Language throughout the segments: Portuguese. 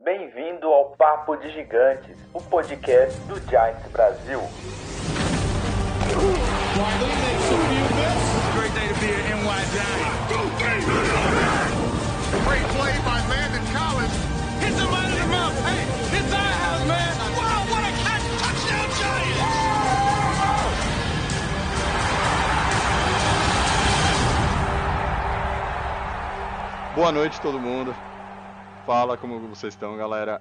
Bem-vindo ao Papo de Gigantes, o podcast do Giants Brasil. Boa noite, todo mundo. Fala, como vocês estão, galera?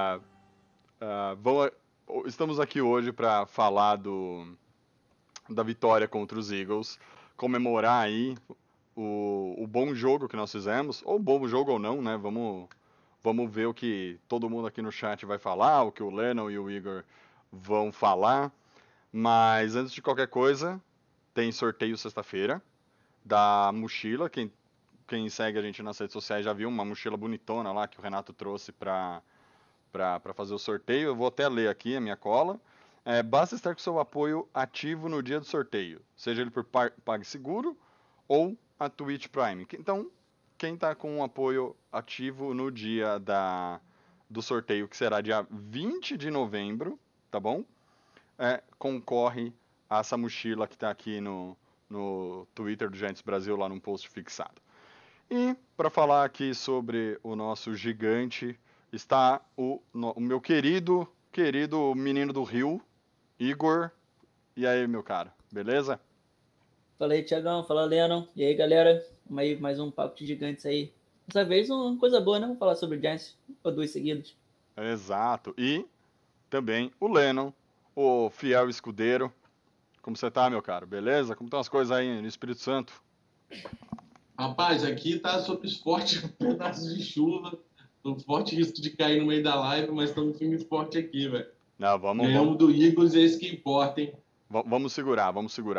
Estamos aqui hoje para falar da vitória contra os Eagles, comemorar aí o bom jogo que nós fizemos, ou bom jogo ou não, né? Vamos ver o que todo mundo aqui no chat vai falar, o que o Lennon e o Igor vão falar. Mas antes de qualquer coisa, tem sorteio sexta-feira da mochila. Quem segue a gente nas redes sociais já viu uma mochila bonitona lá que o Renato trouxe para fazer o sorteio. Eu vou até ler aqui a minha cola. Basta estar com seu apoio ativo no dia do sorteio, seja ele por PagSeguro ou a Twitch Prime. Então, quem está com um apoio ativo no dia do sorteio, que será dia 20 de novembro, tá bom? Concorre a essa mochila que está aqui no Twitter do Giants Brasil, lá num post fixado. E para falar aqui sobre o nosso gigante, está o meu querido menino do Rio, Igor. E aí, meu cara, beleza? Fala aí, Thiagão. Fala, Lennon. E aí, galera? Vamos aí, mais um papo de gigantes aí. Dessa vez, uma coisa boa, né? Vamos falar sobre o Giants, ou duas seguidas. Exato. E também o Lennon, o fiel escudeiro. Como você tá, meu caro? Beleza? Como estão as coisas aí no Espírito Santo? Rapaz, aqui tá sobre forte pedaços de chuva, um forte risco de cair no meio da live, mas estamos firme e forte aqui, velho. Ganhamos do Eagles, é isso que importa, hein? Vamos segurar.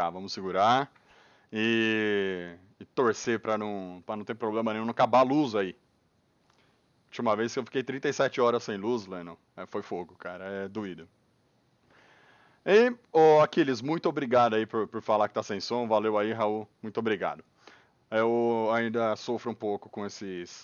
E torcer para não ter problema nenhum, não acabar a luz aí. Última vez que eu fiquei 37 horas sem luz, Lennon, foi fogo, cara, é doído. E, Aquiles, muito obrigado aí por falar que tá sem som, valeu aí, Raul, muito obrigado. Eu ainda sofro um pouco com essas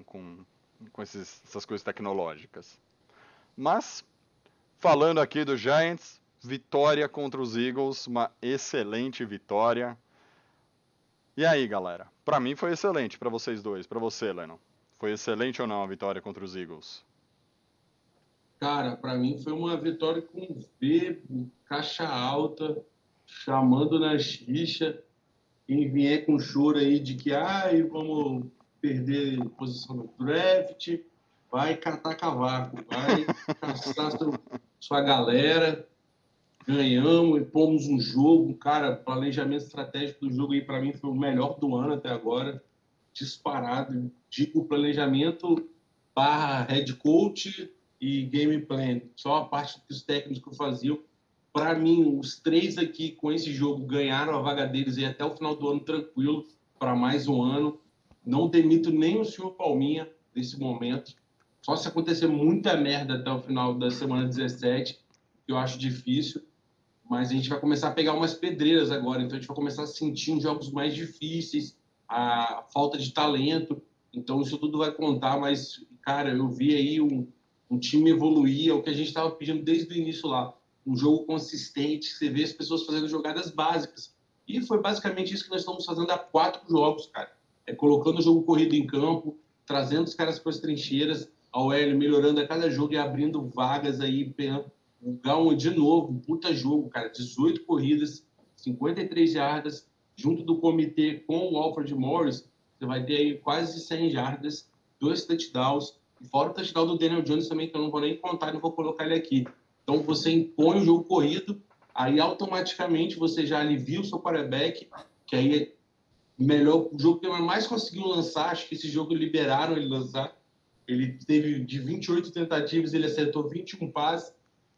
coisas tecnológicas. Mas, falando aqui do Giants, vitória contra os Eagles, uma excelente vitória. E aí, galera? Pra mim foi excelente, pra vocês dois, pra você, Lennon. Foi excelente ou não a vitória contra os Eagles? Cara, pra mim foi uma vitória com V, caixa alta, chamando na xixa. Quem vier com choro aí de que vamos perder posição no draft, vai catar cavaco, vai caçar sua galera. Ganhamos e pomos um jogo. Cara, planejamento estratégico do jogo aí para mim foi o melhor do ano até agora. Disparado. Digo planejamento / head coach e game plan. Só a parte que os técnicos faziam. Para mim, os três aqui com esse jogo ganharam a vaga deles e até o final do ano tranquilo para mais um ano. Não demito nem o senhor Palminha nesse momento. Só se acontecer muita merda até o final da semana 17, que eu acho difícil. Mas a gente vai começar a pegar umas pedreiras agora. Então a gente vai começar a sentir uns jogos mais difíceis, a falta de talento. Então isso tudo vai contar. Mas, cara, eu vi aí um time evoluir, é o que a gente estava pedindo desde o início lá. Um jogo consistente, você vê as pessoas fazendo jogadas básicas. E foi basicamente isso que nós estamos fazendo há 4 jogos, cara. Colocando o jogo corrido em campo, trazendo os caras para as trincheiras, a OL melhorando a cada jogo e abrindo vagas aí. O Gão, de novo, um puta jogo, cara. 18 corridas, 53 jardas, junto do comitê com o Alfred Morris, você vai ter aí quase 100 jardas, 2 touchdowns, e fora o touchdown do Daniel Jones também, que eu não vou nem contar, não vou colocar ele aqui. Então, você impõe o jogo corrido, aí automaticamente você já alivia o seu quarterback, que aí é melhor, o jogo que ele mais conseguiu lançar, acho que esse jogo liberaram ele lançar. Ele teve de 28 tentativas, ele acertou 21 passes,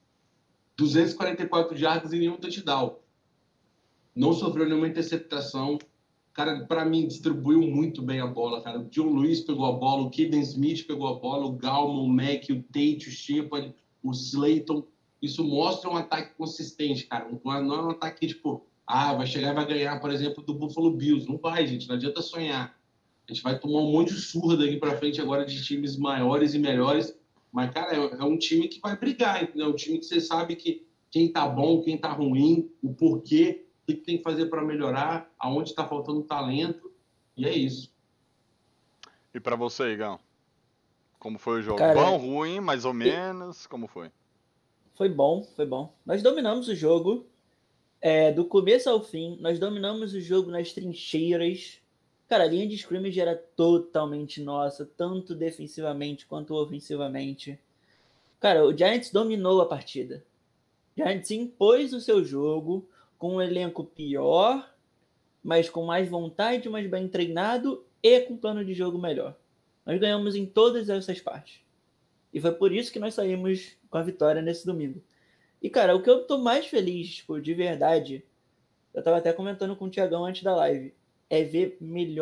244 jardas e nenhum touchdown. Não sofreu nenhuma interceptação. Cara, para mim, distribuiu muito bem a bola, cara. O John Lewis pegou a bola, o Kaden Smith pegou a bola, o Gallman, o Mack, o Tate, o Shepard, o Slayton. Isso mostra um ataque consistente, cara. Não é um ataque tipo, vai chegar e vai ganhar, por exemplo, do Buffalo Bills. Não vai, gente. Não adianta sonhar. A gente vai tomar um monte de surra daqui para frente agora de times maiores e melhores. Mas, cara, é um time que vai brigar, entendeu? É um time que você sabe que quem tá bom, quem tá ruim, o porquê, o que tem que fazer para melhorar, aonde está faltando talento, e é isso. E pra você, Igão? Como foi o jogo? Bom, Cara, ruim, mais ou e- menos? Como foi? foi bom, foi bom. Nós dominamos o jogo, do começo ao fim, nós dominamos o jogo nas trincheiras. Cara, a linha de scrimmage era totalmente nossa, tanto defensivamente quanto ofensivamente. Cara, o Giants dominou a partida. O Giants impôs o seu jogo com um elenco pior, mas com mais vontade, mais bem treinado e com um plano de jogo melhor. Nós ganhamos em todas essas partes. E foi por isso que nós saímos com a vitória nesse domingo. E, cara, o que eu tô mais feliz, tipo, de verdade, eu tava até comentando com o Thiagão antes da live, é ver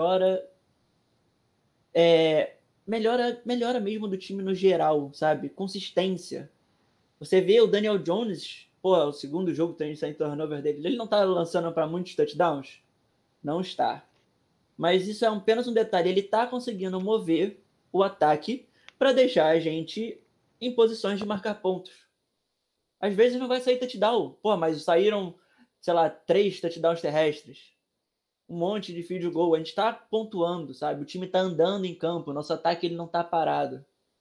melhora mesmo do time no geral, sabe? Consistência. Você vê o Daniel Jones, pô, o segundo jogo tem sem turnover dele, ele não tá lançando para muitos touchdowns? Não está. Mas isso é apenas um detalhe, ele tá conseguindo mover o ataque para deixar a gente em posições de marcar pontos. Às vezes não vai sair touchdown, pô, mas saíram, sei lá, 3 touchdowns terrestres, um monte de field goal, a gente tá pontuando, sabe? O time tá andando em campo, o nosso ataque ele não tá parado.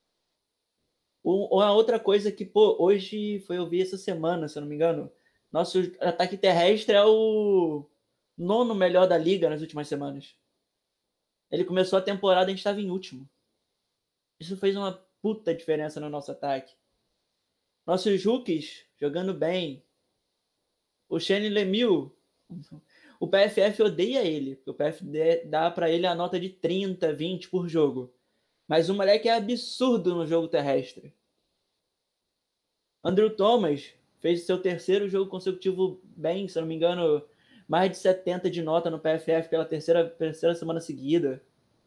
Uma outra coisa que, pô, hoje foi eu vi essa semana, se eu não me engano, nosso ataque terrestre é o nono melhor da liga nas últimas semanas. Ele começou a temporada e a gente estava em último. Isso fez uma puta diferença no nosso ataque. Nossos rookies jogando bem. O Shane Lemieux, o PFF odeia ele. O PFF dá para ele a nota de 30, 20 por jogo. Mas o moleque é absurdo no jogo terrestre. Andrew Thomas fez seu terceiro jogo consecutivo bem, se eu não me engano, mais de 70 de nota no PFF pela terceira semana seguida.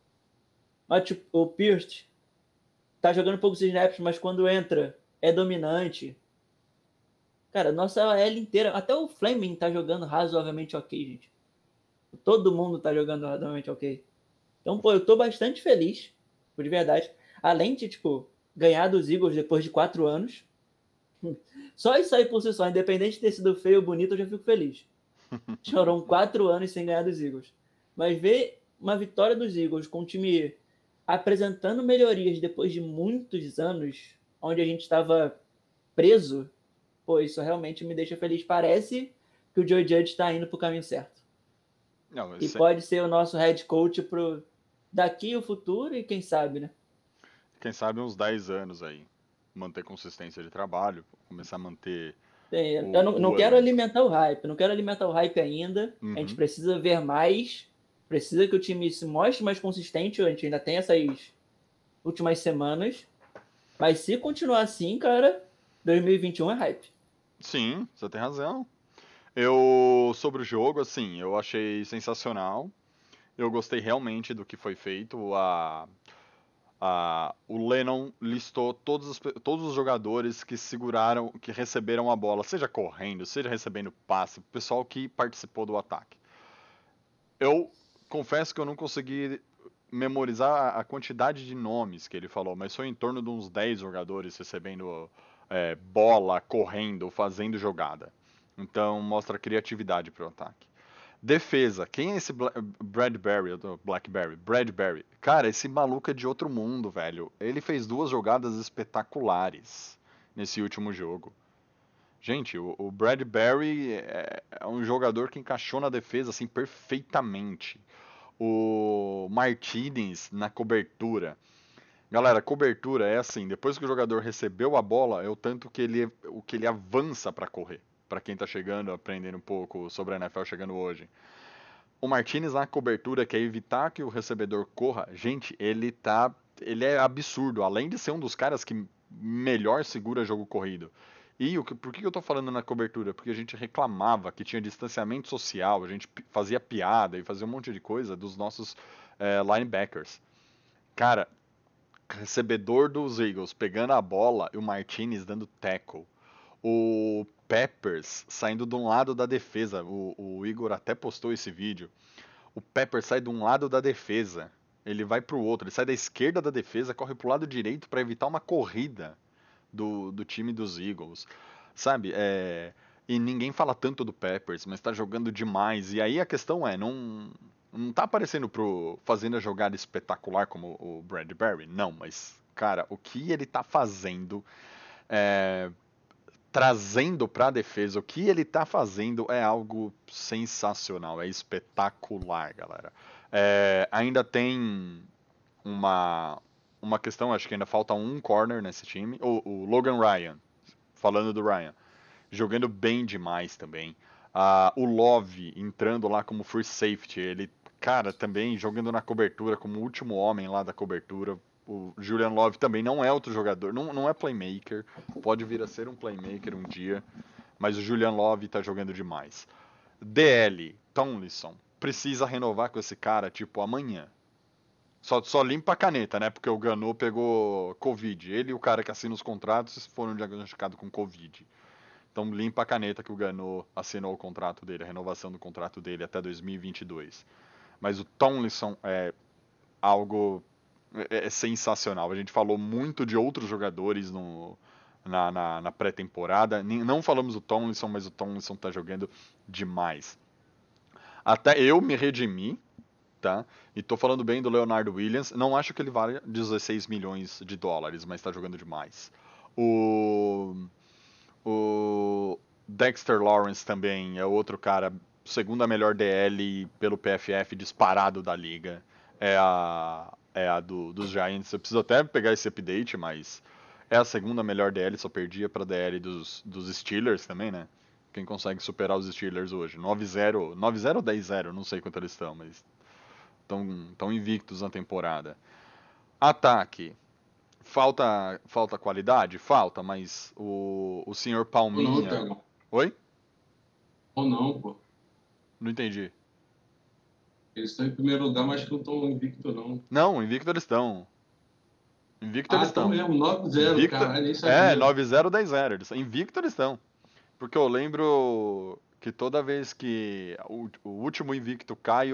O Pierce tá jogando poucos snaps, mas quando entra é dominante. Cara, nossa L inteira, até o Fleming tá jogando razoavelmente ok, gente. Todo mundo tá jogando razoavelmente ok. Então, pô, eu tô bastante feliz, de verdade. Além de, tipo, ganhar dos Eagles depois de 4 anos. Só isso aí por si só, independente de ter sido feio ou bonito, eu já fico feliz. Choram 4 anos sem ganhar dos Eagles. Mas ver uma vitória dos Eagles com o time apresentando melhorias depois de muitos anos, onde a gente estava preso, pô, isso realmente me deixa feliz. Parece que o Joe Judge está indo para o caminho certo. Não, E pode ser o nosso head coach pro daqui o futuro e quem sabe, né? quem sabe uns 10 anos aí. Manter consistência de trabalho, começar a manter Eu o, não o quero elenco. alimentar o hype, não quero alimentar o hype ainda. A gente Uhum. precisa ver mais, precisa que o time se mostre mais consistente. A gente ainda tem essas últimas semanas, mas se continuar assim, cara, 2021 é hype. Sim, você tem razão. Sobre o jogo, assim, eu achei sensacional. Eu gostei realmente do que foi feito. O Lennon listou todos os jogadores que seguraram, que receberam a bola, seja correndo, seja recebendo passe, o pessoal que participou do ataque. Eu confesso que eu não consegui memorizar a quantidade de nomes que ele falou, mas foi em torno de uns 10 jogadores recebendo bola, correndo, fazendo jogada. Então mostra criatividade para o ataque. Defesa, quem é esse Bradbury? Cara, esse maluco é de outro mundo, velho. Ele fez 2 jogadas espetaculares nesse último jogo. Gente, o Bradbury é um jogador que encaixou na defesa assim perfeitamente. O Martinez na cobertura. Galera, cobertura é assim, depois que o jogador recebeu a bola, é o que ele avança para correr. Para quem tá chegando, aprendendo um pouco sobre a NFL chegando hoje. O Martinez na cobertura quer evitar que o recebedor corra. Gente, ele é absurdo, além de ser um dos caras que melhor segura jogo corrido. E por que eu tô falando na cobertura? Porque a gente reclamava que tinha distanciamento social, a gente fazia piada e fazia um monte de coisa dos nossos linebackers. Cara, recebedor dos Eagles pegando a bola e o Martinez dando tackle. O Peppers saindo de um lado da defesa. O Igor até postou esse vídeo. O Peppers sai de um lado da defesa. ele vai pro outro, ele sai da esquerda da defesa, corre pro lado direito para evitar uma corrida do time dos Eagles, sabe? E ninguém fala tanto do Peppers, mas tá jogando demais. E aí a questão não tá aparecendo fazendo a jogada espetacular como o Bradbury, não, mas, cara, o que ele tá fazendo, trazendo pra defesa, o que ele tá fazendo é algo sensacional, é espetacular, galera. Ainda tem uma questão, acho que ainda falta um corner nesse time, o Logan Ryan, falando do Ryan, jogando bem demais também. O Love entrando lá como free safety, ele, cara, também jogando na cobertura como o último homem lá da cobertura. O Julian Love também não é outro jogador, não é playmaker, pode vir a ser um playmaker um dia, mas o Julian Love tá jogando demais. DL, Tomlinson, precisa renovar com esse cara, tipo, amanhã. Só limpa a caneta, né? Porque o Gano pegou Covid. Ele e o cara que assina os contratos foram diagnosticados com Covid. Então limpa a caneta que o Gano assinou o contrato dele, a renovação do contrato dele até 2022. Mas o Tomlinson é algo sensacional. A gente falou muito de outros jogadores na pré-temporada. Não falamos do Tomlinson, mas o Tomlinson tá jogando demais. Até eu me redimi, tá? E tô falando bem do Leonard Williams. Não acho que ele vale 16 milhões de dólares, mas tá jogando demais. O Dexter Lawrence também é outro cara, segunda melhor DL pelo PFF disparado da liga. É a dos Giants. Eu preciso até pegar esse update, mas é a segunda melhor DL, só perdia pra DL dos Steelers também, né? Quem consegue superar os Steelers hoje? 9-0 ou 10-0, não sei quanto eles estão, mas estão invictos na temporada. Ataque. Falta qualidade? Falta, mas o senhor Palminha... Ou não, Thiago. Oi? Ou não, pô. Não entendi. Eles estão em primeiro lugar, mas que não estão invicto, não. Não, invicto eles estão. Invicto eles estão. Estão mesmo, 9-0, caralho, nem sabia. 9-0, 10-0. Invicto eles estão. Porque eu lembro que toda vez que o último invicto cai,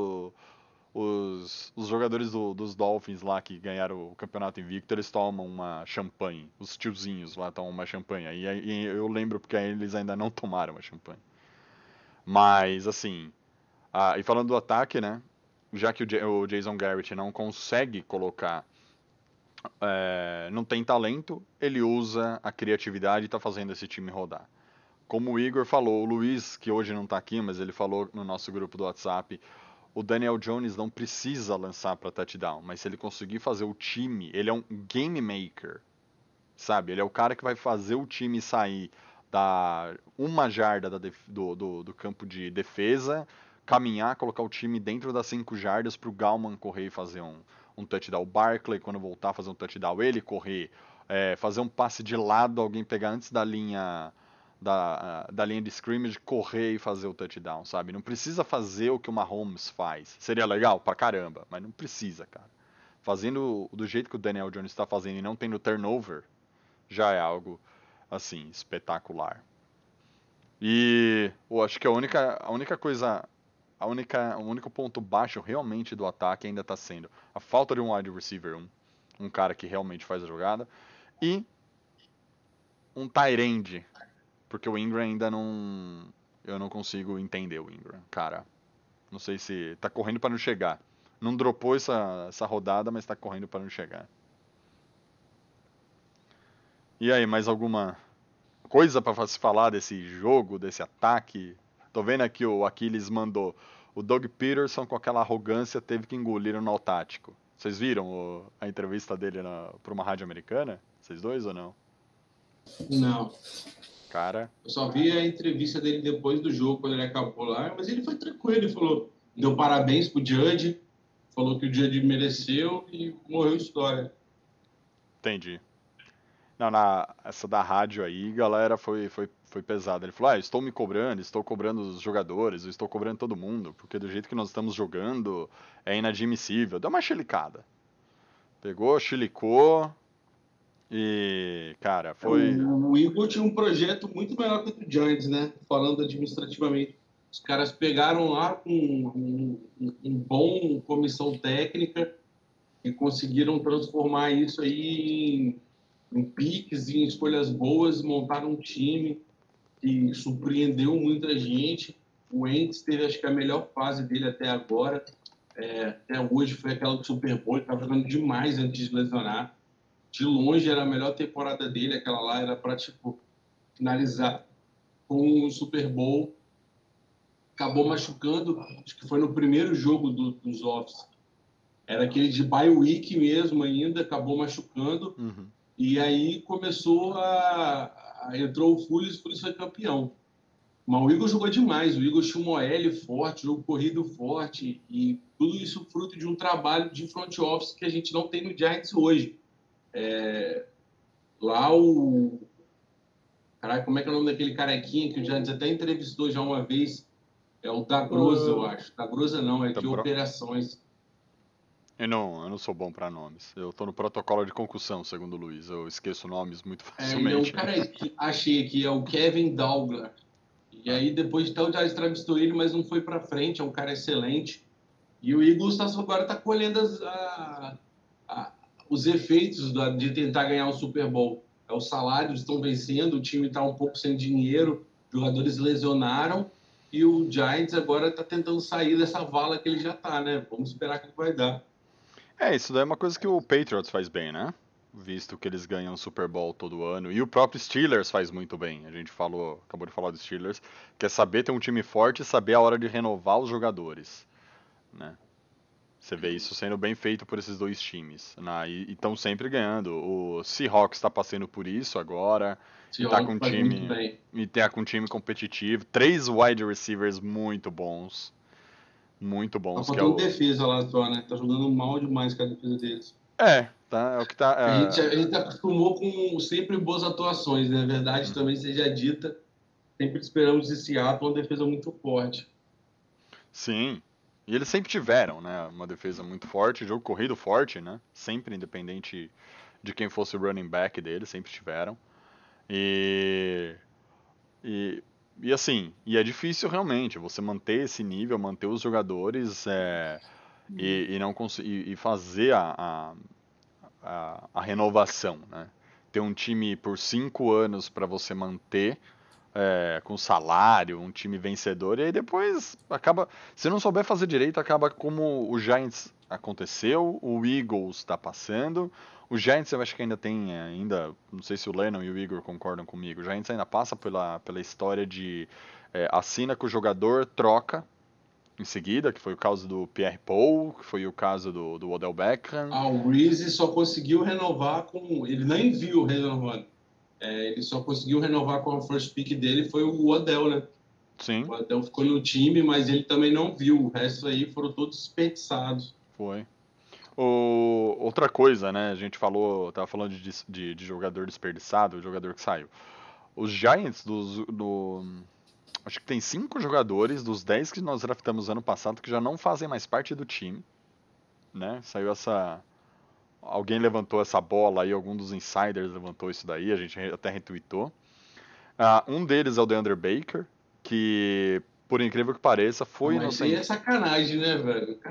os jogadores dos Dolphins lá que ganharam o campeonato invicto, eles tomam uma champanhe. Os tiozinhos lá tomam uma champanhe. E eu lembro porque eles ainda não tomaram uma champanhe. Mas, assim... e falando do ataque, né? Já que o Jason Garrett não consegue colocar... não tem talento, ele usa a criatividade e tá fazendo esse time rodar. Como o Igor falou, o Luiz, que hoje não tá aqui, mas ele falou no nosso grupo do WhatsApp, o Daniel Jones não precisa lançar para touchdown, mas se ele conseguir fazer o time, ele é um game maker, sabe? Ele é o cara que vai fazer o time sair da uma jarda do campo de defesa, caminhar, colocar o time dentro das 5 jardas para o Gallman correr e fazer um touchdown. O Barkley, quando voltar, fazer um touchdown, ele correr, fazer um passe de lado, alguém pegar antes da linha... Da linha de scrimmage, correr e fazer o touchdown, sabe? Não precisa fazer o que o Mahomes faz. Seria legal pra caramba, mas não precisa, cara. Fazendo do jeito que o Daniel Jones está fazendo e não tendo turnover, já é algo, assim, espetacular. E eu acho que a única coisa, o único ponto baixo realmente do ataque ainda está sendo a falta de um wide receiver, um cara que realmente faz a jogada, e um tight end. Porque o Ingram ainda não... Eu não consigo entender o Ingram, cara. Não sei se... Tá correndo para não chegar. Não dropou essa rodada, mas tá correndo para não chegar. E aí, mais alguma coisa para se falar desse jogo, desse ataque? Tô vendo aqui o Aquiles mandou. O Doug Peterson, com aquela arrogância, teve que engolir o nó tático. Vocês viram a entrevista dele para uma rádio americana? Vocês dois ou não? Não. Cara... Eu só vi a entrevista dele depois do jogo, quando ele acabou lá, mas ele foi tranquilo, ele falou, deu parabéns pro Judge, falou que o Judge mereceu e morreu a história. Entendi. Não, essa da rádio aí, galera, foi pesada. Ele falou, estou me cobrando, estou cobrando os jogadores, estou cobrando todo mundo, porque do jeito que nós estamos jogando é inadmissível. Deu uma chilicada. Pegou, chilicou... E, cara, foi... O Eagle tinha um projeto muito melhor que o do Giants, né? Falando administrativamente. Os caras pegaram lá com um bom comissão técnica, e conseguiram transformar isso aí em piques, em escolhas boas, montaram um time que surpreendeu muita gente. O Wentz teve, acho que, a melhor fase dele até agora. Até hoje foi aquela do Super Bowl, ele estava jogando demais antes de lesionar. De longe era a melhor temporada dele, aquela lá era para tipo, finalizar com o Super Bowl. Acabou machucando, acho que foi no primeiro jogo dos offs. Era aquele de bye week mesmo ainda, acabou machucando. Uhum. E aí começou entrou o Fullis foi campeão. Mas o Eagles jogou demais, o Eagles tinha um OL forte, jogo corrido forte, e tudo isso fruto de um trabalho de front office que a gente não tem no Giants hoje. Lá Caraca, como é que é o nome daquele carequinha que o Giants até entrevistou já uma vez? É o Dagrosa, eu acho. Dagrosa não, é de operações. Eu não sou bom para nomes. Eu tô no protocolo de concussão, segundo o Luiz. Eu esqueço nomes muito facilmente. Ele é um cara que achei aqui, é o Kevin Douglas. E aí depois até o Giants entrevistou ele, mas não foi para frente, é um cara excelente. E o Eagles agora está colhendo os efeitos de tentar ganhar o Super Bowl. Os salários estão vencendo, o time está um pouco sem dinheiro, jogadores lesionaram, e o Giants agora está tentando sair dessa vala que ele já está, né? Vamos esperar o que vai dar. Isso daí é uma coisa que o Patriots faz bem, né? Visto que eles ganham o Super Bowl todo ano. E o próprio Steelers faz muito bem. A gente acabou de falar dos Steelers, que é saber ter um time forte e saber a hora de renovar os jogadores, né? Você vê isso sendo bem feito por esses dois times, né? E estão sempre ganhando. O Seahawks está passando por isso agora. E tá com um time, com um time competitivo. 3 wide receivers muito bons. Muito bons. Tá faltando defesa lá só, né? Tá jogando mal demais com a defesa deles. É o que tá. A gente acostumou com sempre boas atuações, né? A verdade também seja dita. Sempre esperamos de Seattle uma defesa muito forte. Sim. E eles sempre tiveram, né? Uma defesa muito forte, jogo corrido forte, né? Sempre independente de quem fosse o running back deles, sempre tiveram. E assim, é difícil realmente você manter esse nível, manter os jogadores e não conseguir fazer a renovação, né? Ter um time por 5 anos para você manter com salário, um time vencedor, e aí depois acaba, se não souber fazer direito, acaba como o Giants aconteceu, o Eagles está passando. O Giants eu acho que ainda tem, não sei se o Lennon e o Igor concordam comigo, o Giants ainda passa pela história de assina com o jogador, troca em seguida, que foi o caso do Pierre Paul, que foi o caso do Odell Beckham. O Reese só conseguiu renovar ele nem viu renovando. Ele só conseguiu renovar com a first pick dele, foi o Odell, né? Sim. O Odell ficou no time, mas ele também não viu. O resto aí foram todos desperdiçados. Foi. Outra coisa, né? A gente tava falando de jogador desperdiçado, jogador que saiu. Os Giants, acho que tem 5 jogadores dos 10 que nós draftamos ano passado que já não fazem mais parte do time, né? Saiu alguém levantou essa bola aí, algum dos insiders levantou isso daí, a gente até retweetou. Um deles é o DeAndre Baker, que, por incrível que pareça, foi inocente. Mas aí é sacanagem, né, velho? O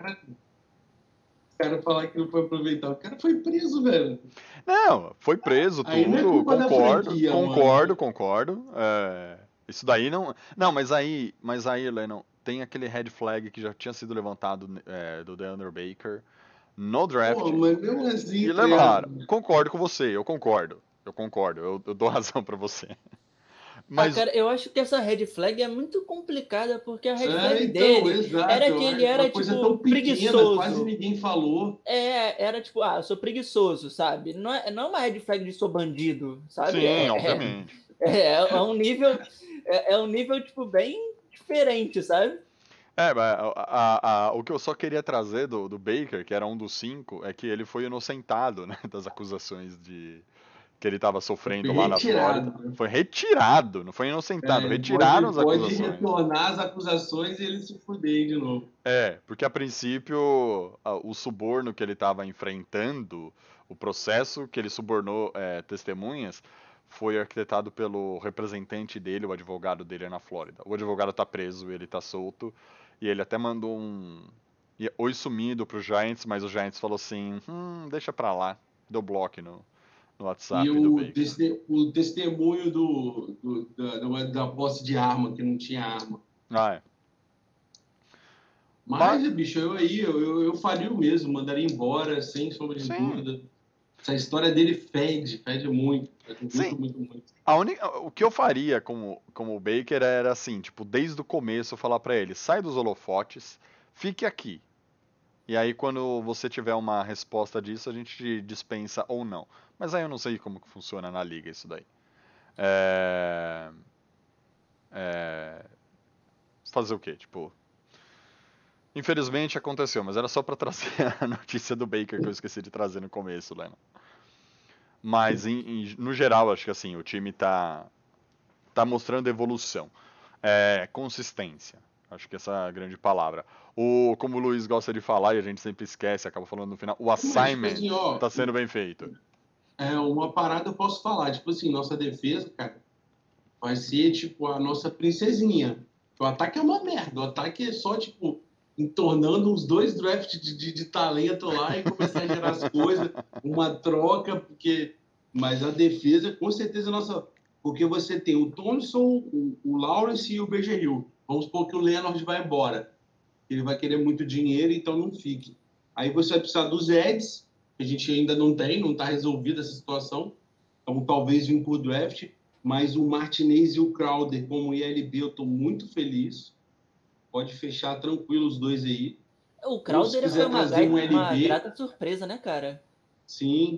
cara falar que não foi aproveitar. O cara foi preso, velho. Não, foi preso, tudo. Aí não é culpa da franquia, concordo. Isso daí não. Não, mas aí, Lennon, tem aquele red flag que já tinha sido levantado do DeAndre Baker no draft. Pô, mas mesmo assim, e levaram. Concordo com você, eu concordo. Eu dou razão pra você. Mas... cara, eu acho que essa red flag é muito complicada, porque a red flag dele era que ele era, tipo, preguiçoso. Quase ninguém falou. Era tipo, eu sou preguiçoso, sabe? Não é uma red flag de sou bandido, sabe? Sim, obviamente. É um nível, tipo, bem diferente, sabe? O que eu só queria trazer do Baker, que era um dos 5, é que ele foi inocentado, né, das acusações que ele estava sofrendo lá na Flórida. Foi retirado, não foi inocentado, retiraram as acusações. Pode retornar as acusações e ele se fuder de novo. Porque a princípio o suborno que ele estava enfrentando, o processo que ele subornou testemunhas, foi arquitetado pelo representante dele, o advogado dele na Flórida. O advogado está preso, ele está solto, e ele até mandou Oi sumido pro Giants, mas o Giants falou assim, deixa pra lá. Deu bloco no E WhatsApp do Baker. o testemunho da posse de arma, que não tinha arma. Ah, é. Mas, bicho, eu faria o mesmo, mandaria embora, sem sombra de Sim. dúvida. Essa história dele fede muito. Sim. Muito. O que eu faria como o Baker era assim, tipo, desde o começo eu falar pra ele, sai dos holofotes, fique aqui. E aí quando você tiver uma resposta disso, a gente te dispensa ou não. Mas aí eu não sei como que funciona na liga isso daí. Fazer o quê? Tipo, infelizmente aconteceu, mas era só pra trazer a notícia do Baker que eu esqueci de trazer no começo, Leno. Mas no geral, acho que assim, o time tá mostrando evolução. Consistência. Acho que essa é a grande palavra. Como o Luiz gosta de falar, e a gente sempre esquece, acaba falando no final, o assignment está sendo bem feito. Uma parada eu posso falar, tipo assim, nossa defesa, cara, vai ser tipo a nossa princesinha. O ataque é uma merda, o ataque é só, tipo, entornando uns 2 drafts de talento lá e começar a gerar as coisas, uma troca, mas a defesa, com certeza, nossa. Porque você tem o Thompson, o Lawrence e o B.J. Hill. Vamos supor que o Leonard vai embora. Ele vai querer muito dinheiro, então não fique. Aí você vai precisar dos Eds, que a gente ainda não está resolvida essa situação. Então talvez vir por draft. Mas o Martinez e o Crowder, como ILB, eu estou muito feliz. Pode fechar tranquilo os dois aí. O Crowder foi uma grata surpresa, né, cara? Sim.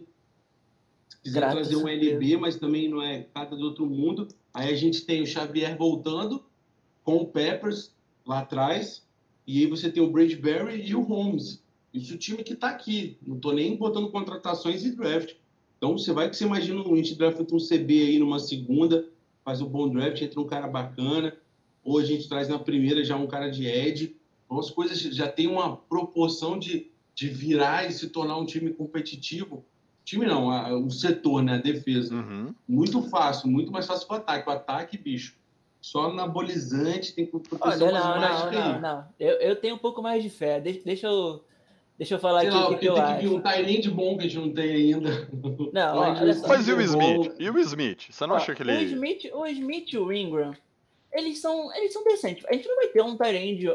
Se quiser trazer um LB, mas também não é cada do outro mundo. Aí a gente tem o Xavier voltando com o Peppers lá atrás. E aí você tem o Bradbury e o Holmes. Isso é o time que está aqui. Não estou nem botando contratações e draft. Então você imagina a gente draft um CB aí numa segunda, faz um bom draft, entra um cara bacana. Ou a gente traz na primeira já um cara de edge. Então as coisas já tem uma proporção de virar e se tornar um time competitivo. Time não, o setor, né? A defesa. Uhum. Muito fácil, muito mais fácil que o ataque. O ataque, bicho, só anabolizante, tem que acontecer umas mágicas aí. Não. Eu tenho um pouco mais de fé. Deixa eu falar aqui o que eu acho. Tem que vir um Tyrande bom que a gente não tem ainda. Não, olha só. Mas e o Smith? E o Smith? Você não acha que ele... O Smith e o Ingram, eles são decentes. A gente não vai ter um Tyrande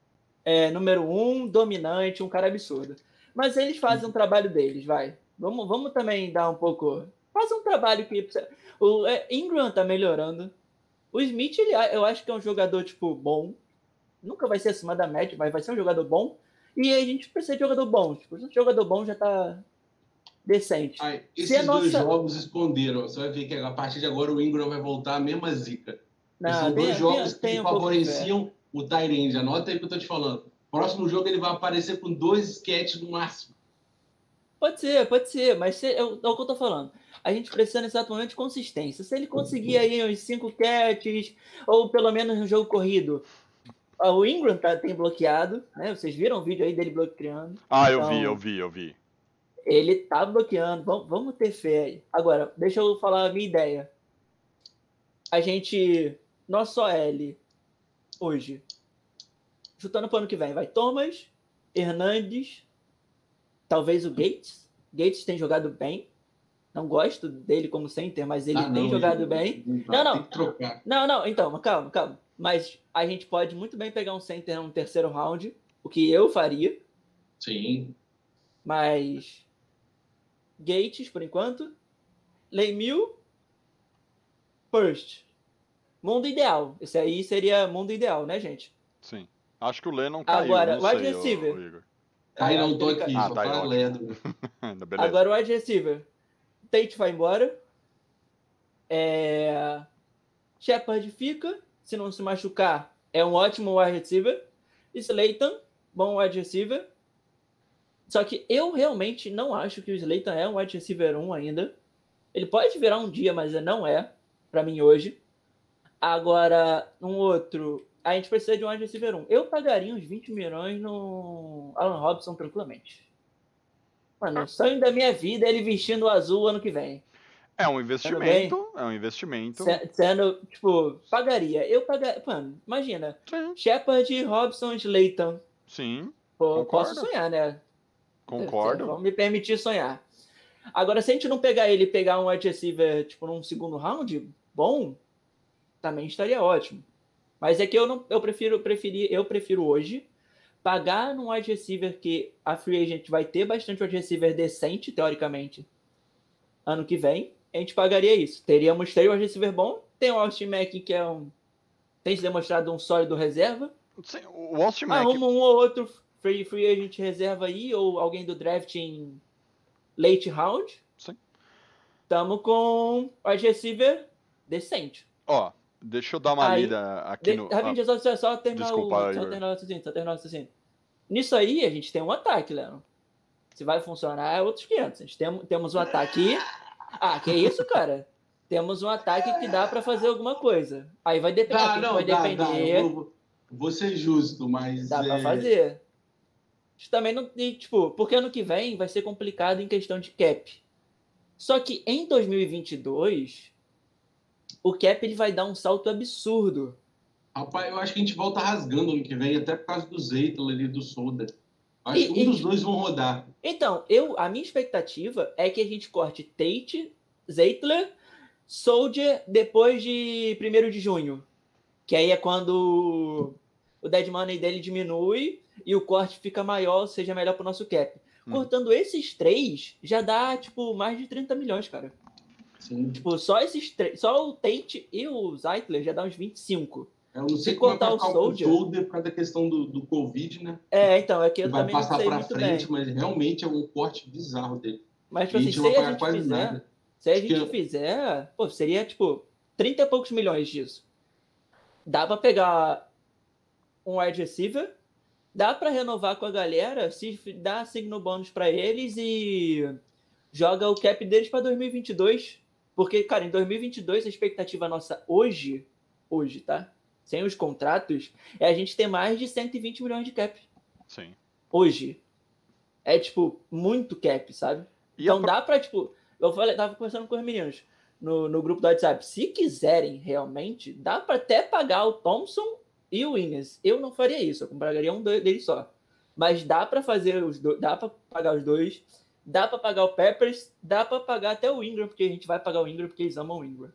número 1, dominante, um cara absurdo. Mas eles fazem um trabalho deles, vai. Vamos também dar um pouco... Faz um trabalho que... O Ingram tá melhorando. O Smith, eu acho que é um jogador, tipo, bom. Nunca vai ser acima da média, mas vai ser um jogador bom. E a gente precisa de jogador bom. Tipo, um jogador bom já tá decente. Esses dois jogos esconderam. Você vai ver que a partir de agora o Ingram vai voltar a mesma zica. São dois jogos que favoreciam o Tyrande. Anota aí o que eu tô te falando. Próximo jogo ele vai aparecer com 2 sketches no máximo. Pode ser, mas é o que eu tô falando. A gente precisa nesse exato momento de consistência. Se ele conseguir aí uns 5 catches, ou pelo menos no jogo corrido. O Ingram tem bloqueado, né? Vocês viram o vídeo aí dele bloqueando? Eu vi. Ele tá bloqueando. Vamos ter fé aí. Agora, deixa eu falar a minha ideia. Nosso OL hoje, chutando pro ano que vem, vai Thomas, Hernandes, talvez o Gates. Gates tem jogado bem. Não gosto dele como center, mas ele tem jogado bem. Não. Tem que trocar. Não. Então, calma. Mas a gente pode muito bem pegar um center no terceiro round, o que eu faria. Sim. Mas Gates, por enquanto. Lemieux, First. Mundo ideal. Esse aí seria mundo ideal, né, gente? Sim. Acho que o Lennon caiu. Agora, o wide receiver. Igor. Não tô aqui, só tá lendo. Agora o wide receiver. Tate vai embora. Shepard fica. Se não se machucar, é um ótimo wide receiver. Slayton, bom wide receiver. Só que eu realmente não acho que o Slayton é um wide receiver 1 ainda. Ele pode virar um dia, mas não é, pra mim hoje. Agora, um outro... A gente precisa de um wide receiver 1. Eu pagaria uns 20 milhões no Allen Robinson tranquilamente. Mano, o sonho da minha vida é ele vestindo o azul ano que vem. É um investimento. Sendo, tipo, pagaria. Eu pagaria. Mano, imagina. Sim. Shepard, Robson, Slayton. Sim. Pô, posso Concordo. sonhar, né? Concordo. Vamos me permitir sonhar. Agora, se a gente não pegar ele e pegar um wide receiver, tipo, num segundo round, bom, também estaria ótimo. Mas é que eu prefiro hoje pagar num wide receiver que a free agent vai ter bastante wide receiver decente, teoricamente, ano que vem. A gente pagaria isso. Teríamos 3 wide receiver bom. Tem o Austin Mack, que tem se demonstrado um sólido reserva. Sim, o Austin Mack... Arruma um ou outro free agent reserva aí, ou alguém do draft em late round. Sim. Tamo com wide receiver decente. Ó, deixa eu dar uma Aí, lida aqui no... Rapidinho, só terminar Desculpa, só Igor. terminar o raciocínio. Nisso aí, a gente tem um ataque, Léo. Se vai funcionar, é outros 500. A gente temos um ataque... Ah, que isso, cara? Temos um ataque que dá pra fazer alguma coisa. Aí vai depender. Eu vou ser justo, mas... Dá pra fazer. Também não... Tipo, porque ano que vem vai ser complicado em questão de cap. Só que em 2022... o cap ele vai dar um salto absurdo. Rapaz, eu acho que a gente volta rasgando ano que vem, até por causa do Zeitler e do Solder. Acho que um dos dois vão rodar. Então, a minha expectativa é que a gente corte Tate, Zeitler, Soldier depois de 1º de junho. Que aí é quando o dead money dele diminui e o corte fica maior, seja melhor pro nosso cap. Cortando esses 3, já dá, tipo, mais de 30 milhões, cara. Sim. Tipo, só esses 3, só o Tate e o Zeitler já dá uns 25. Eu não sei Se como cortar vai o ficar Soldier por causa da questão do Covid, né? Então, é que eu vai também não passar sei pra muito frente, bem. mas realmente é um corte bizarro dele. Mas, tipo assim, não vai pagar quase nada. se a gente fizer, pô, seria, tipo, 30 e poucos milhões disso. Dá pra pegar um wide receiver, dá pra renovar com a galera, se dá signo bônus pra eles e joga o cap deles pra 2022. Porque, cara, em 2022 a expectativa nossa hoje, tá? Sem os contratos, é a gente ter mais de 120 milhões de cap. Sim. Hoje. É, tipo, muito cap, sabe? Então dá pra, tipo... tava conversando com os meninos no grupo do WhatsApp. Se quiserem, realmente, dá pra até pagar o Thompson e o Innes. Eu não faria isso. Eu compraria um deles só. Mas dá pra fazer os dois... Dá pra pagar os dois. Dá pra pagar o Peppers. Dá pra pagar até o Ingram, porque a gente vai pagar o Ingram, porque eles amam o Ingram.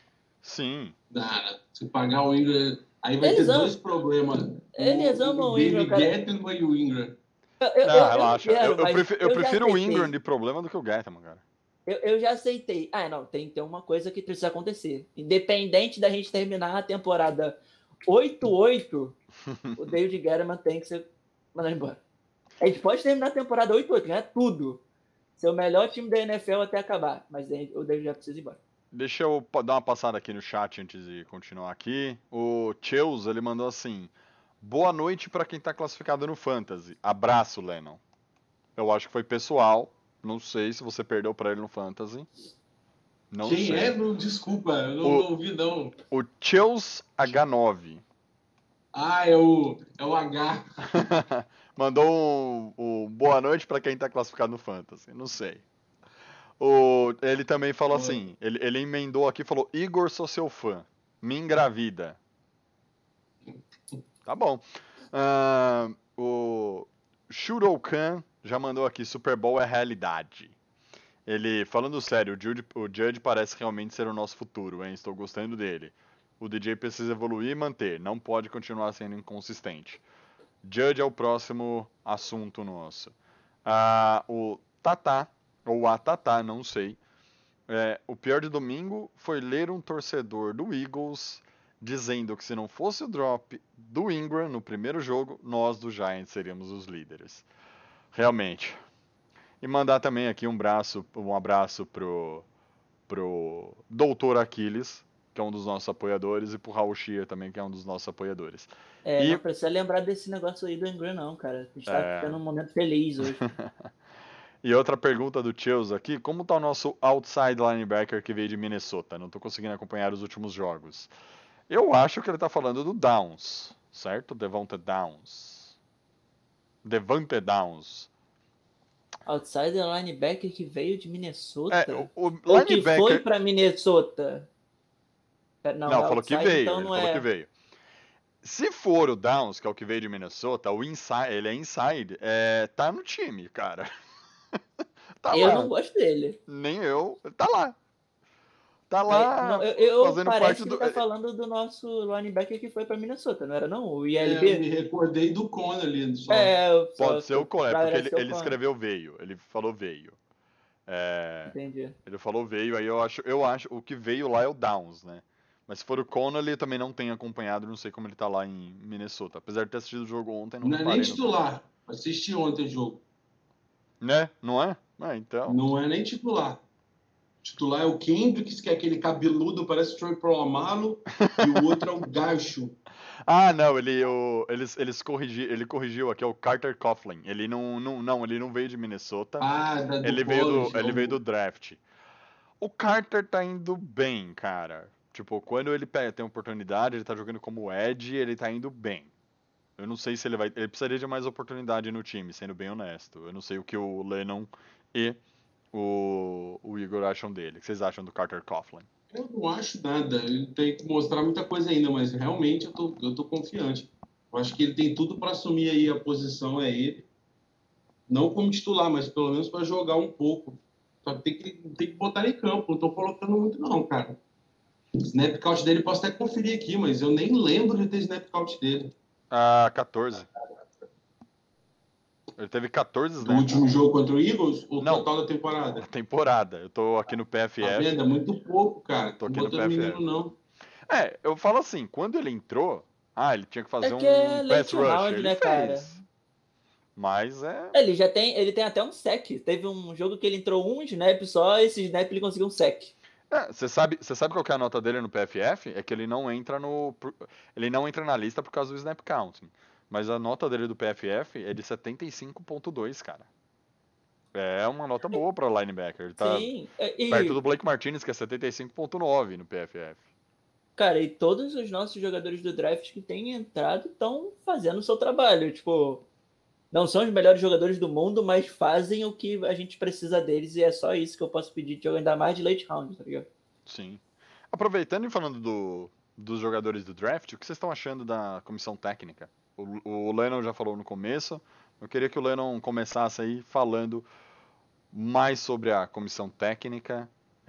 Sim. Se pagar o Ingram, aí vai ter dois problemas. Eles amam o Ingram, cara. David Gettleman e o Ingram. Relaxa. Eu prefiro o Ingram de problema do que o Gettleman, cara. Eu já aceitei. Não, tem uma coisa que precisa acontecer. Independente da gente terminar a temporada 8-8, o David Gettleman tem que ser mandado embora. A gente pode terminar a temporada 8-8, ganhar tudo. Ser o melhor time da NFL até acabar. Mas o David já precisa ir embora. Deixa eu dar uma passada aqui no chat antes de continuar aqui. O Cheus, ele mandou assim: boa noite pra quem tá classificado no Fantasy. Abraço, Lennon. Eu acho que foi pessoal. Não sei se você perdeu pra ele no Fantasy. Não Quem sei. é? Desculpa, eu não ouvi, não. O Cheus H9. É o H. Mandou um boa noite pra quem tá classificado no Fantasy. Não sei. Ele também falou assim, ele emendou aqui e falou: Igor, sou seu fã, me engravida. Tá bom. O Shuroukan já mandou aqui: Super Bowl é realidade. Ele, falando sério, o Judge parece realmente ser o nosso futuro, hein? Estou gostando dele. O DJ precisa evoluir e manter, não pode continuar sendo inconsistente. Judge é o próximo assunto nosso. O Tatá, ou a Tatá, não sei. O pior de domingo foi ler um torcedor do Eagles dizendo que se não fosse o drop do Ingram no primeiro jogo, nós do Giants seríamos os líderes. Realmente. E mandar também aqui um abraço pro Doutor Aquiles, que é um dos nossos apoiadores, e pro Raul Shia também, que é um dos nossos apoiadores. Não precisa lembrar desse negócio aí do Ingram, não, cara. A gente tá tendo um momento feliz hoje. E outra pergunta do Cheus aqui: como tá o nosso outside linebacker que veio de Minnesota? Não tô conseguindo acompanhar os últimos jogos. Eu acho que ele tá falando do Downs, certo? Devante Downs. Outside linebacker que veio de Minnesota? O Ou que foi pra Minnesota? Não, falou que veio. Falou que veio. Se for o Downs, que é o que veio de Minnesota, ele é inside, tá no time, cara. Tá Eu não lá. gosto dele. Nem eu. Tá lá. Tá Mas, não, lá fazendo parece parte que do. ele tá falando do nosso linebacker que foi pra Minnesota, não era não? O Me ILB? recordei do Conley só. É, Pode ser o Cole, porque parece ser o ele Conner. escreveu veio. Ele falou veio. É, Entendi. ele falou veio, aí eu acho. O que veio lá é o Downs, né? Mas se for o Connolly, eu também não tenho acompanhado, não sei como ele tá lá em Minnesota. Apesar de ter assistido o jogo ontem, não Não é nem reparei no Connolly. titular. Assisti ontem o jogo. Né? Não é? Então. Não é nem titular. Titular é o Kendricks, que é aquele cabeludo, parece o Troy Polamalu, e o outro é o Gacho. Ah, não, ele corrigiu aqui, é o Carter Coughlin. Ele ele não veio de Minnesota. Do college. Ele veio do draft. O Carter tá indo bem, cara. Tipo, quando ele tem oportunidade, ele tá jogando como Edge, ele tá indo bem. Eu não sei se ele precisaria de mais oportunidade no time, sendo bem honesto. Eu não sei o que o Lennon e o Igor acham dele. O que vocês acham do Carter Coughlin? Eu não acho nada. Ele tem que mostrar muita coisa ainda, mas realmente eu tô confiante. Eu acho que ele tem tudo para assumir aí a posição, é ele. Não como titular, mas pelo menos para jogar um pouco. Só que tem que botar em campo. Não tô colocando muito, não, cara. O snap count dele, posso até conferir aqui, mas eu nem lembro de ter snap count dele. 14. Ele teve 14 Do snaps. último jogo contra o Eagles ou Não. total da temporada? Temporada. Eu tô aqui no PFF. Tá vendo? É muito pouco, cara. Tô Não aqui no botando PFF. menino, não. Eu falo assim, quando ele entrou, ele tinha que fazer É que é um pass late rush. round, Ele né, fez. cara? Mas Ele tem até um sec. Teve um jogo que ele entrou um snap só, esse snap ele conseguiu um sec. Você sabe qual que é a nota dele no PFF? É que ele não entra ele não entra na lista por causa do snap counting. Mas a nota dele do PFF é de 75.2, cara. É uma nota boa para linebacker. Ele tá Sim, perto do Blake Martinez, que é 75.9 no PFF. cara, e todos os nossos jogadores do draft que têm entrado estão fazendo o seu trabalho. Tipo, não são os melhores jogadores do mundo, mas fazem o que a gente precisa deles e é só isso que eu posso pedir de jogo, ainda mais de late round, tá ligado? Sim. Aproveitando e falando dos jogadores do draft, o que vocês estão achando da comissão técnica? O Lennon já falou no começo. Eu queria que o Lennon começasse aí falando mais sobre a comissão técnica.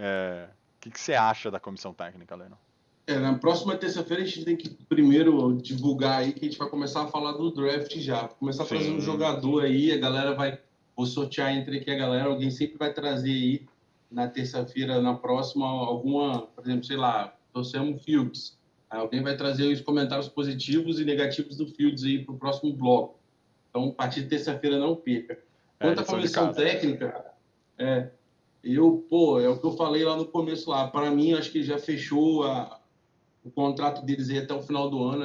O que você acha da comissão técnica, Lennon? Na próxima terça-feira a gente tem que primeiro divulgar aí que a gente vai começar a falar do draft já. Começar a trazer um jogador aí, a galera vou sortear entre aqui a galera, alguém sempre vai trazer aí na terça-feira, na próxima, alguma, por exemplo, sei lá, trouxemos Fields. Aí alguém vai trazer os comentários positivos e negativos do Fields aí pro próximo bloco. Então, a partir de terça-feira não perca. Quanto à comissão técnica, é o que eu falei lá no começo lá. Para mim, acho que já fechou o contrato deles aí até o final do ano.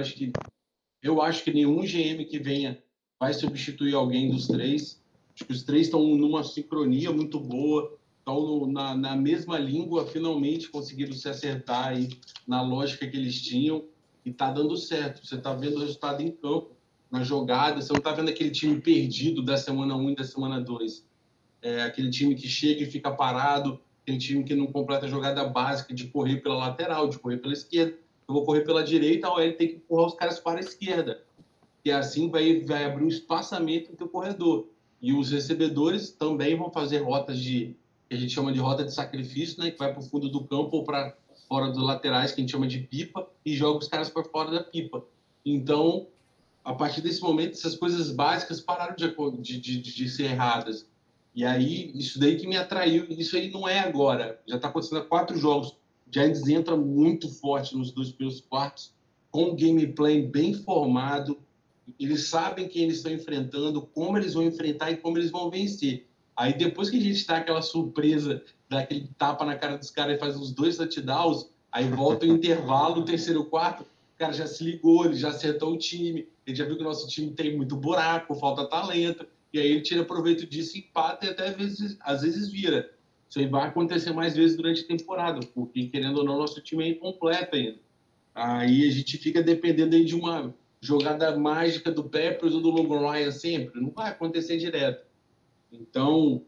Eu acho que nenhum GM que venha vai substituir alguém dos três. Acho que os três estão numa sincronia muito boa, estão na mesma língua, finalmente conseguiram se acertar aí na lógica que eles tinham e tá dando certo. Você está vendo o resultado em campo, na jogada. Você não está vendo aquele time perdido da semana 1 e da semana 2. Aquele time que chega e fica parado, aquele time que não completa a jogada básica de correr pela lateral, de correr pela esquerda. Eu vou correr pela direita, a OL tem que empurrar os caras para a esquerda. E assim vai abrir um espaçamento no teu corredor. E os recebedores também vão fazer rotas que a gente chama de rota de sacrifício, né? Que vai para o fundo do campo ou para fora dos laterais, que a gente chama de pipa, e joga os caras para fora da pipa. Então, a partir desse momento, essas coisas básicas pararam de ser erradas. E aí, isso daí que me atraiu. Isso aí não é agora. Já está acontecendo há 4 jogos. O Giants entra muito forte nos 2 primeiros quartos, com um gameplay bem formado. Eles sabem quem eles estão enfrentando, como eles vão enfrentar e como eles vão vencer. Aí depois que a gente dá aquela surpresa, dá aquele tapa na cara dos caras e faz os 2 touchdowns, aí volta o intervalo, o terceiro quarto, o cara já se ligou, ele já acertou o time, ele já viu que o nosso time tem muito buraco, falta talento, e aí ele tira proveito disso, empata e até às vezes vira. Isso aí vai acontecer mais vezes durante a temporada, porque, querendo ou não, nosso time é incompleto ainda. Aí a gente fica dependendo aí de uma jogada mágica do Peppers ou do Logan Ryan sempre. Não vai acontecer direto. Então,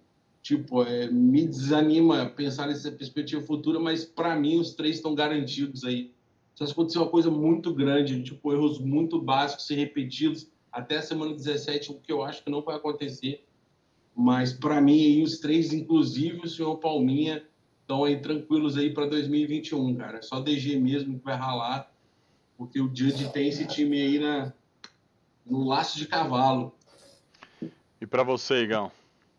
me desanima pensar nessa perspectiva futura, mas, para mim, os 3 estão garantidos aí. Só se acontecer uma coisa muito grande, tipo, erros muito básicos ser repetidos até a semana 17, o que eu acho que não vai acontecer. Mas, para mim, aí, os três, inclusive o senhor Palminha, estão aí tranquilos aí para 2021, cara. Só DG mesmo que vai ralar, porque o Judge tem esse time aí no laço de cavalo. E pra você, Igão?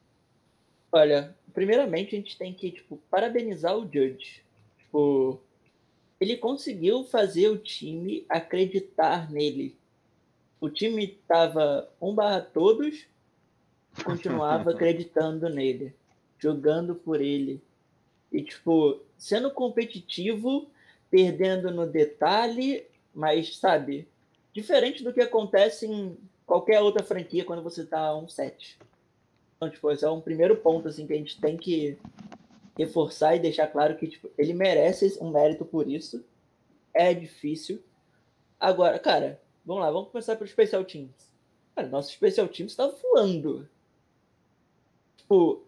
Olha, primeiramente a gente tem que, tipo, parabenizar o Judge. Tipo, ele conseguiu fazer o time acreditar nele. O time tava 1/todos e continuava acreditando nele, jogando por ele. E, tipo, sendo competitivo, perdendo no detalhe, mas, sabe, diferente do que acontece em qualquer outra franquia quando você tá 1-7. Então, tipo, esse é um primeiro ponto, assim, que a gente tem que reforçar e deixar claro que, tipo, ele merece um mérito por isso. É difícil. Agora, cara, vamos lá, vamos começar pelo Special Teams. Cara, nosso Special Teams tá voando. Tipo,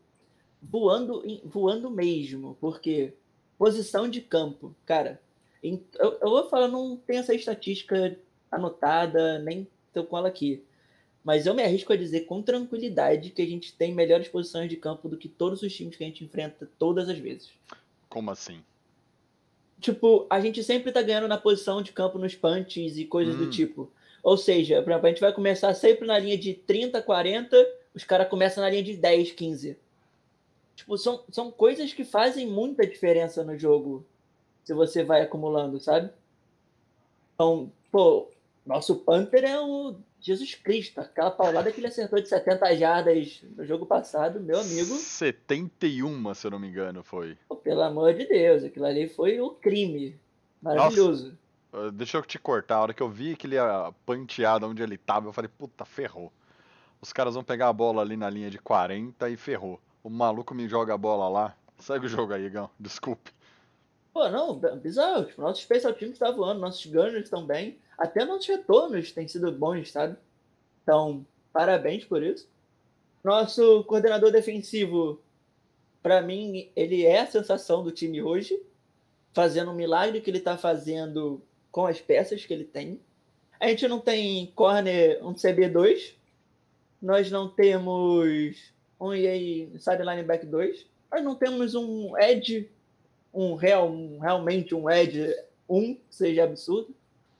voando mesmo, porque posição de campo, cara, eu vou falar, não tem essa estatística anotada, nem tô com ela aqui, mas eu me arrisco a dizer com tranquilidade que a gente tem melhores posições de campo do que todos os times que a gente enfrenta todas as vezes. Como assim? Tipo, a gente sempre tá ganhando na posição de campo nos punches e coisas do tipo. Ou seja, por exemplo, a gente vai começar sempre na linha de 30, 40, os caras começam na linha de 10, 15. Tipo, são coisas que fazem muita diferença no jogo, se você vai acumulando, sabe? Então, pô, nosso Panther é o Jesus Cristo. Aquela paulada que ele acertou de 70 jardas no jogo passado, meu amigo. 71, se eu não me engano, foi. Pô, pelo amor de Deus, aquilo ali foi o crime. Nossa, Maravilhoso. deixa eu te cortar. A hora que eu vi que ele ia pantear de onde ele tava, eu falei, puta, ferrou. Os caras vão pegar a bola ali na linha de 40 e ferrou. O maluco me joga a bola lá. Segue o jogo aí, Igão. Desculpe. Pô, não, bizarro. Tipo, nossos special teams tá voando, nossos gunners estão bem. Até nossos retornos têm sido bons, sabe? Então, parabéns por isso. Nosso coordenador defensivo, para mim, ele é a sensação do time hoje, fazendo um milagre que ele tá fazendo com as peças que ele tem. A gente não tem corner, um CB2. Nós não temos um EA sideline back 2. Nós não temos um edge, realmente um edge 1, que seja absurdo.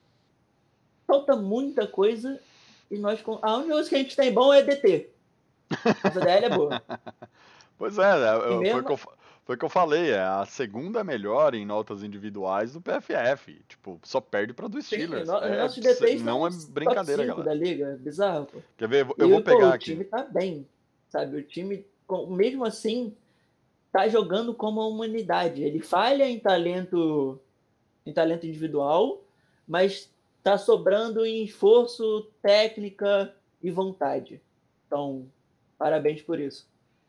Falta muita coisa e a única coisa que a gente tem bom é DT. Nossa DL é boa. Pois é, E mesmo, foi o que eu falei, é a segunda melhor em notas individuais do PFF. Tipo, só perde pra do sim, Steelers. nossos DTs Não são é brincadeira, top 5 galera. da liga, é bizarro, pô. Quer ver? Eu E vou pegar o aqui. time tá bem, sabe? O time, mesmo assim, tá jogando como uma humanidade. Ele falha em talento individual, mas tá sobrando em esforço, técnica e vontade. Então, parabéns por isso.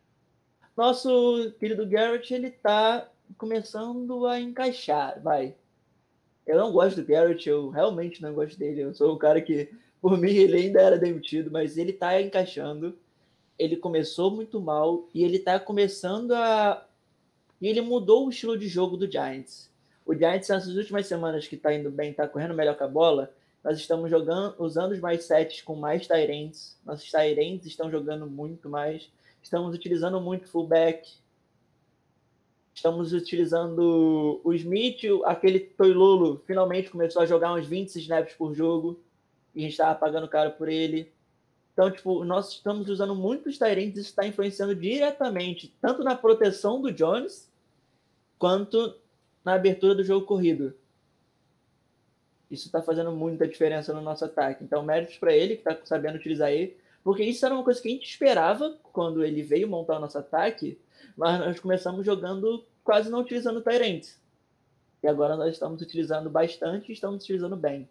Nosso querido Garrett, ele tá começando a encaixar, vai. Eu não gosto do Garrett, eu realmente não gosto dele. Eu sou o cara que, por mim, ele ainda era demitido, mas ele tá encaixando. Ele começou muito mal e ele tá começando a... E ele mudou o estilo de jogo do Giants. O Giants, nessas últimas semanas que tá indo bem, tá correndo melhor com a bola, nós estamos usando os mais sets com mais tight ends. Nossos tight ends estão jogando muito mais. Estamos utilizando muito fullback. Estamos utilizando o Smith, aquele Toilolo, finalmente começou a jogar uns 20 snaps por jogo. E a gente estava pagando caro por ele. Então, tipo, nós estamos usando muitos tight ends, isso está influenciando diretamente, tanto na proteção do Jones, quanto na abertura do jogo corrido. Isso está fazendo muita diferença no nosso ataque. Então, méritos para ele, que está sabendo utilizar ele. Porque isso era uma coisa que a gente esperava quando ele veio montar o nosso ataque, mas nós começamos jogando quase não utilizando Tyrants. E agora nós estamos utilizando bastante e estamos utilizando bem.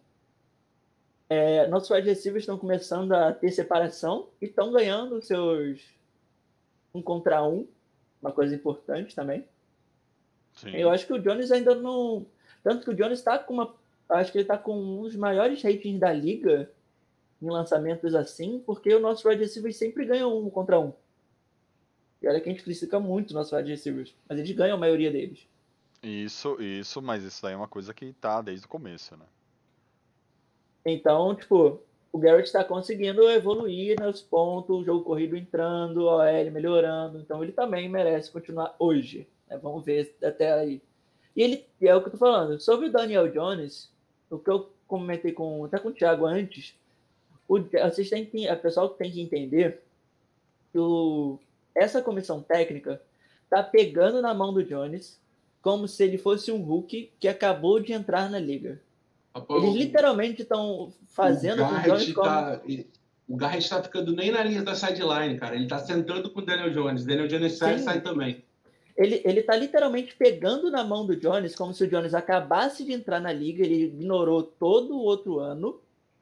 Nossos wide receivers estão começando a ter separação e estão ganhando seus 1 contra 1, uma coisa importante também. Sim. Eu acho que o Jones ainda não... Tanto que o Jones está com uma... Acho que ele está com um dos maiores ratings da liga em lançamentos assim, porque o nosso wide receivers sempre ganham 1 contra 1. E olha que a gente critica muito nossos wide receivers, mas eles ganham a maioria deles. Isso, mas isso daí é uma coisa que tá desde o começo, né? Então, tipo, o Garrett está conseguindo evoluir nos pontos, o jogo corrido entrando, a OL melhorando, então ele também merece continuar hoje, né? Vamos ver até aí. E ele, é o que eu tô falando, sobre o Daniel Jones, o que eu comentei até com o Thiago antes, vocês têm que, a pessoal tem que entender que essa comissão técnica tá pegando na mão do Jones como se ele fosse um rookie que acabou de entrar na liga. Rapaz, Eles literalmente estão fazendo com o Jones como... O Garrett tá ficando nem na linha da sideline, cara. Ele tá sentando com o Daniel Jones. Daniel Jones sai, Sim. sai também. Ele tá literalmente pegando na mão do Jones como se o Jones acabasse de entrar na liga, ele ignorou todo o outro ano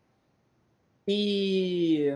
e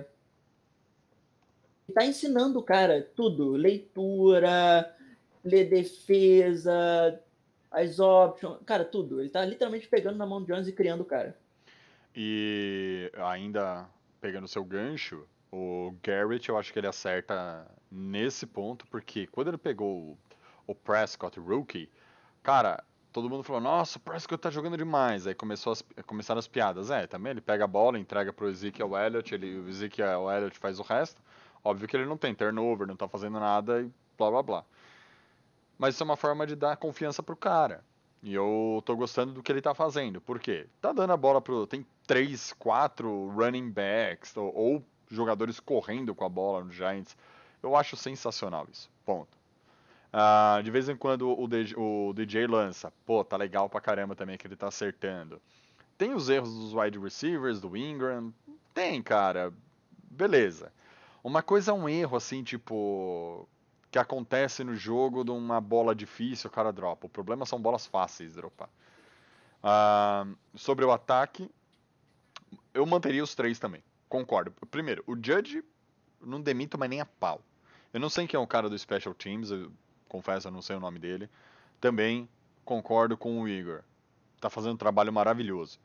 tá ensinando o cara tudo, leitura, ler defesa, as options, cara, tudo. Ele tá literalmente pegando na mão do Jones e criando o cara. E ainda pegando seu gancho, o Garrett eu acho que ele acerta nesse ponto, porque quando ele pegou o Prescott rookie, cara, todo mundo falou, nossa, o Prescott tá jogando demais. Aí começaram as piadas. Também ele pega a bola, entrega pro Ezekiel Elliott, o Ezekiel Elliott faz o resto. Óbvio que ele não tem turnover, não tá fazendo nada e blá blá blá. Mas isso é uma forma de dar confiança pro cara. E eu tô gostando do que ele tá fazendo. Por quê? Tá dando a bola pro. Tem 3, 4 running backs ou jogadores correndo com a bola no Giants. Eu acho sensacional isso. Ponto. De vez em quando o DJ lança. Pô, tá legal pra caramba também que ele tá acertando. Tem os erros dos wide receivers, do Ingram. Tem, cara. Beleza. Uma coisa é um erro, assim, tipo. Que acontece no jogo de uma bola difícil, o cara dropa. O problema são bolas fáceis de dropar. Sobre o ataque, eu manteria os 3 também. Concordo. Primeiro, o Judge não demito mais nem a pau. Eu não sei quem é o cara do Special Teams, eu confesso, eu não sei o nome dele. Também concordo com o Igor. Tá fazendo um trabalho maravilhoso.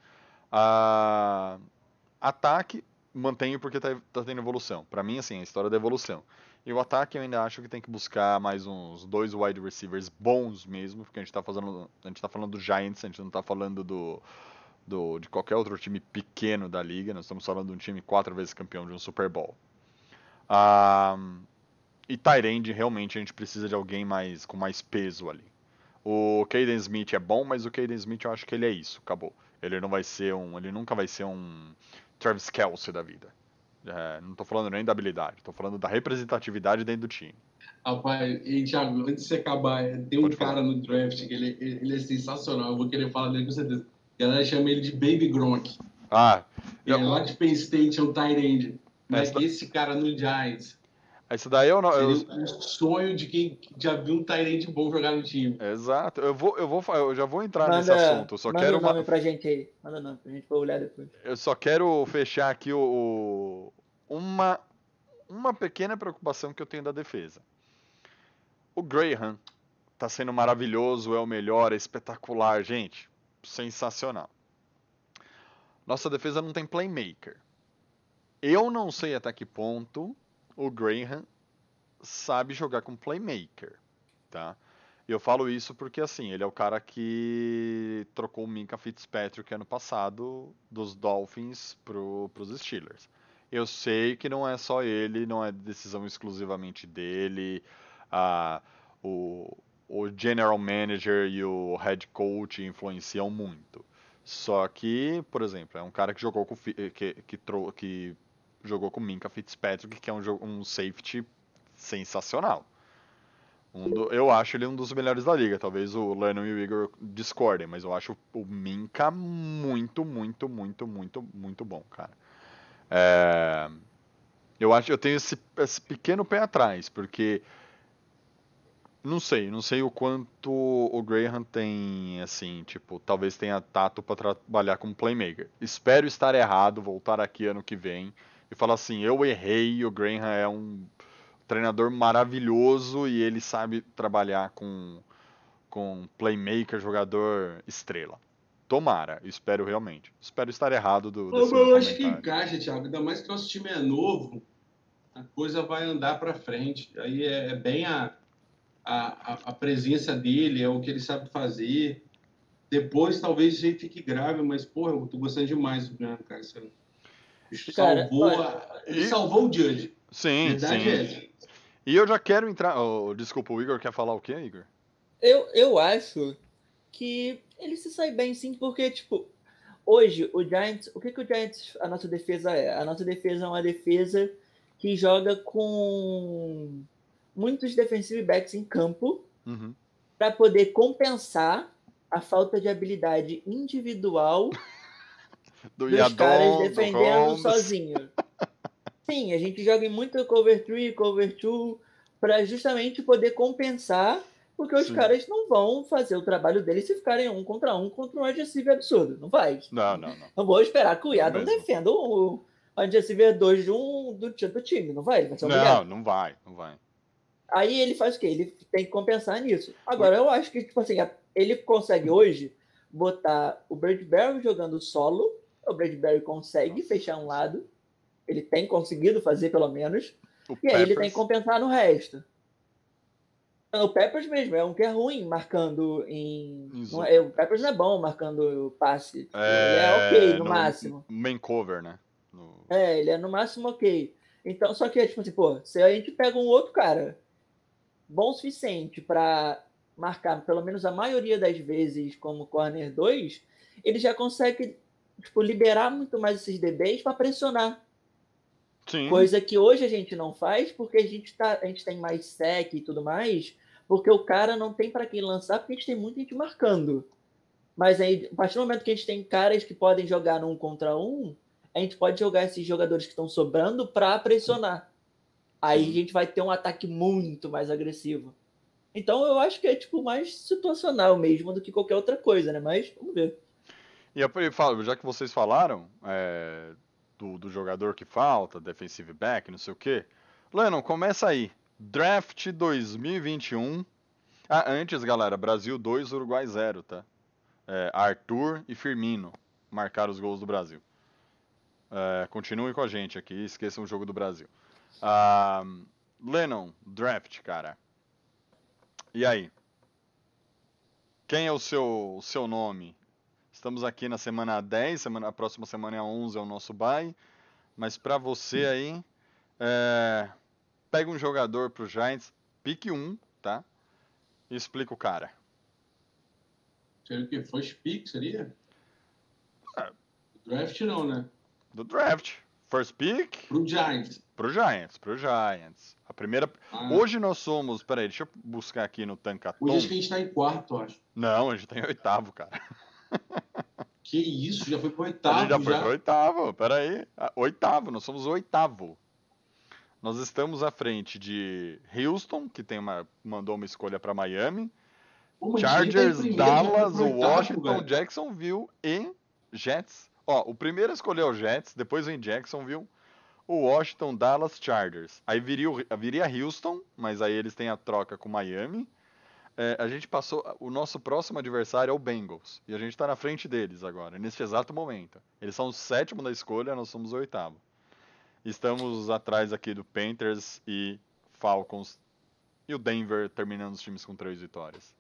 Ataque, mantenho porque tá tendo evolução. Pra mim, assim, é a história da evolução. E o ataque eu ainda acho que tem que buscar mais uns 2 wide receivers bons mesmo, porque a gente tá falando do Giants, a gente não tá falando de qualquer outro time pequeno da liga, nós estamos falando de um time 4 vezes campeão de um Super Bowl. E tight end, realmente a gente precisa de alguém com mais peso ali. O Caden Smith é bom, mas o Caden Smith eu acho que ele é isso, acabou. Ele nunca vai ser um Travis Kelce da vida. Não tô falando nem da habilidade, tô falando da representatividade dentro do time. Rapaz, e Thiago, antes de você acabar, tem um cara no draft que ele é sensacional, eu vou querer falar dele com certeza. A galera chama ele de Baby Gronk. Ele é lá de Penn State, é um tight end. Mas esse cara no Giants... Isso daí eu não. Seria um sonho de quem já viu um tight end bom jogar no time. Exato. Eu já vou entrar nesse assunto. Manda o nome pra gente aí. Manda o nome pra gente olhar depois. Eu só quero fechar aqui uma pequena preocupação que eu tenho da defesa. O Graham tá sendo maravilhoso, é o melhor, é espetacular, gente. Sensacional. Nossa defesa não tem playmaker. Eu não sei até que ponto o Graham sabe jogar com playmaker, tá? E eu falo isso porque, assim, ele é o cara que trocou o Minkah Fitzpatrick ano passado dos Dolphins pros Steelers. Eu sei que não é só ele, não é decisão exclusivamente dele. O general manager e o head coach influenciam muito. Só que, por exemplo, é um cara que jogou que jogou com o Minkah Fitzpatrick, que é um safety sensacional. Eu acho ele um dos melhores da liga. Talvez o Lennon e o Igor discordem, mas eu acho o Minkah muito, muito, muito, muito, muito bom, cara. Eu tenho esse pequeno pé atrás, porque não sei o quanto o Graham tem, assim, tipo, talvez tenha tato para trabalhar como playmaker. Espero estar errado, voltar aqui ano que vem e falar assim, eu errei, o Graham é um treinador maravilhoso e ele sabe trabalhar com playmaker, jogador estrela. Tomara, espero realmente. Espero estar errado desse Eu acho que encaixa, Thiago. Ainda mais que nosso time é novo, a coisa vai andar para frente. Aí é bem a a presença dele, é o que ele sabe fazer. Depois, talvez, isso aí fique grave, mas, porra, eu tô gostando demais do Brian, cara. Cara, Ele salvou o Judge. Sim, Verdade sim. é essa. E eu já quero entrar... desculpa, o Igor quer falar o quê, Igor? eu acho que ele se sai bem, sim, porque, tipo, hoje, o Giants, o que o Giants, a nossa defesa é? A nossa defesa é uma defesa que joga com muitos defensive backs em campo para poder compensar a falta de habilidade individual Do dos Yadon, caras do defendendo Holmes. sozinho. Sim, a gente joga em muito cover 3, cover 2, para justamente poder compensar, porque os Sim. caras não vão fazer o trabalho deles se ficarem um contra um adversário absurdo. Não vai. Não. Não vou esperar que o Não Yadon mesmo. defenda o adversário 2 do time. Não vai, ele vai ser humilhado. Não vai. Aí ele faz o quê? Ele tem que compensar nisso. Agora, eu acho que, tipo assim, ele consegue hoje botar o Bradbury jogando solo. O Bradbury consegue fechar um lado. Ele tem conseguido fazer, pelo menos. E aí ele tem que compensar no resto. O Peppers mesmo, é um que é ruim marcando em... o Peppers não é bom marcando o passe. Ele é ok, no máximo. Main cover, né? Ele é no máximo ok. Então, só que, tipo assim, pô, se a gente pega um outro cara bom o suficiente para marcar, pelo menos a maioria das vezes, como corner 2, ele já consegue, tipo, liberar muito mais esses DBs para pressionar. Sim. Coisa que hoje a gente não faz, porque a gente tem mais sec e tudo mais, porque o cara não tem para quem lançar, porque a gente tem muita gente marcando. Mas aí, a partir do momento que a gente tem caras que podem jogar no 1 contra 1, a gente pode jogar esses jogadores que estão sobrando para pressionar. Aí a gente vai ter um ataque muito mais agressivo. Então eu acho que é tipo mais situacional mesmo do que qualquer outra coisa, né? Mas vamos ver. E eu falo, já que vocês falaram do jogador que falta, defensive back, não sei o quê. Lennon, começa aí. Draft 2021. Antes, galera, Brasil 2, Uruguai 0, tá? Arthur e Firmino marcaram os gols do Brasil. Continuem com a gente aqui, esqueçam o jogo do Brasil. Lennon, draft, cara. E aí? Quem é o seu nome? Estamos aqui na semana 10, a próxima semana é a 11, é o nosso bye. Mas pra você aí, pega um jogador pro Giants, pique 1, tá? E explica o cara. Seria o que? First pick, seria? Draft não, né? Do draft. First pick? Pro Giants. Pro Giants. A primeira... Hoje nós somos... Peraí, deixa eu buscar aqui no Tankaton. Hoje acho que a gente tá em quarto, acho. Não, a gente tá em 8º, cara. Que isso? Já foi pro 8º, A gente já foi pro 8º, peraí. 8º, nós somos o 8º. Nós estamos à frente de Houston, que mandou uma escolha pra Miami. Chargers, Dallas, Washington, Jacksonville e Jets. O primeiro a escolher o Jets, depois vem Jacksonville, o Washington, Dallas, Chargers. Aí viria Houston, mas aí eles têm a troca com Miami. A gente passou, o nosso próximo adversário é o Bengals, e a gente tá na frente deles agora, neste exato momento. Eles são o 7º da escolha, nós somos o 8º. Estamos atrás aqui do Panthers e Falcons, e o Denver terminando os times com 3 vitórias.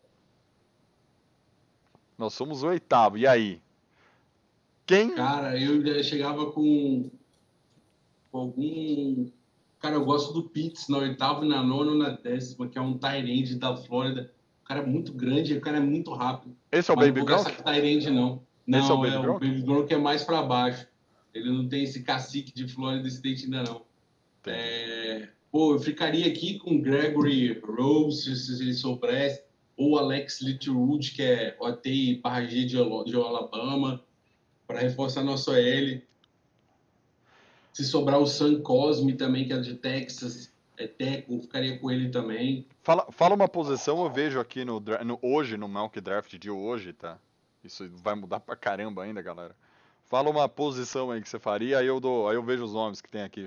Nós somos o 8º, e aí? Quem? Cara, eu chegava com algum... Cara, eu gosto do Pitts na 8ª, na 9ª, na 10ª, que é um tight end da Flórida. O cara é muito grande, o cara é muito rápido. Esse é o Baby Gronk? Não vou gastar com tight end, não. Esse Não, o Baby Gronk é mais pra baixo. Ele não tem esse cacique de Florida State ainda, não. Eu ficaria aqui com Gregory Rose, se ele soubesse, ou Alex Littlewood, que é OT barra G de Alabama, para reforçar nosso OL. Se sobrar o Sam Cosme também, que é de Texas, Teco, ficaria com ele também. Fala uma posição, eu vejo aqui hoje, no mock draft de hoje, tá? Isso vai mudar pra caramba ainda, galera. Fala uma posição aí que você faria, aí eu vejo os nomes que tem aqui.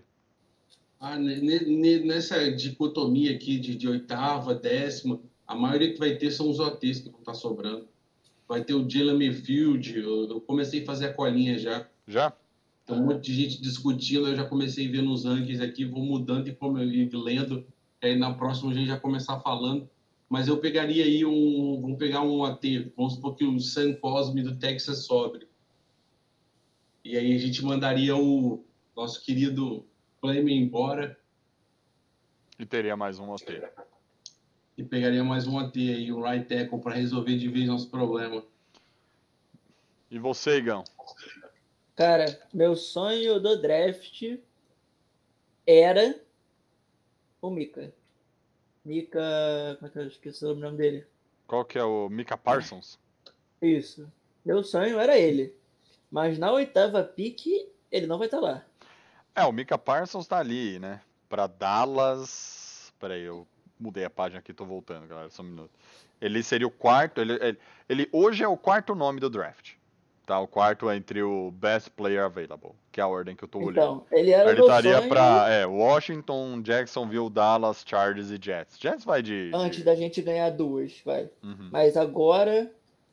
Nessa dicotomia aqui de 8ª, 10ª, a maioria que vai ter são os OTs que vão estar sobrando. Vai ter o Jalen Mayfield, eu comecei a fazer a colinha já. Já? Tem um monte de gente discutindo, eu já comecei a ver nos rankings aqui, vou mudando e lendo, aí na próxima a gente já começar falando. mas eu pegaria aí vamos pegar um AT, vamos supor que o Sam Cosmi do Texas sobre. E aí a gente mandaria o nosso querido Flame embora E teria mais um OT. e pegaria mais um AT aí, um right tackle para resolver de vez nosso problema. E você, Igão? Cara, meu sonho do draft era o Mika. Mika. Como é que eu esqueci o nome dele? Qual que é o Micah Parsons? Isso. Meu sonho era ele. Mas na 8ª pick, ele não vai estar lá. O Micah Parsons tá ali, né? Pra Dallas. Peraí, eu mudei a página aqui, tô voltando, galera, só um minuto. Ele seria o quarto. Ele hoje é o quarto nome do draft. Tá? O quarto é entre o Best Player Available, que é a ordem que eu tô olhando. Então, ele era Aí o ele meu estaria sonho pra Washington, Jacksonville, Dallas, Chargers e Jets. Jets vai antes da gente ganhar 2, vai. Uhum. Mas agora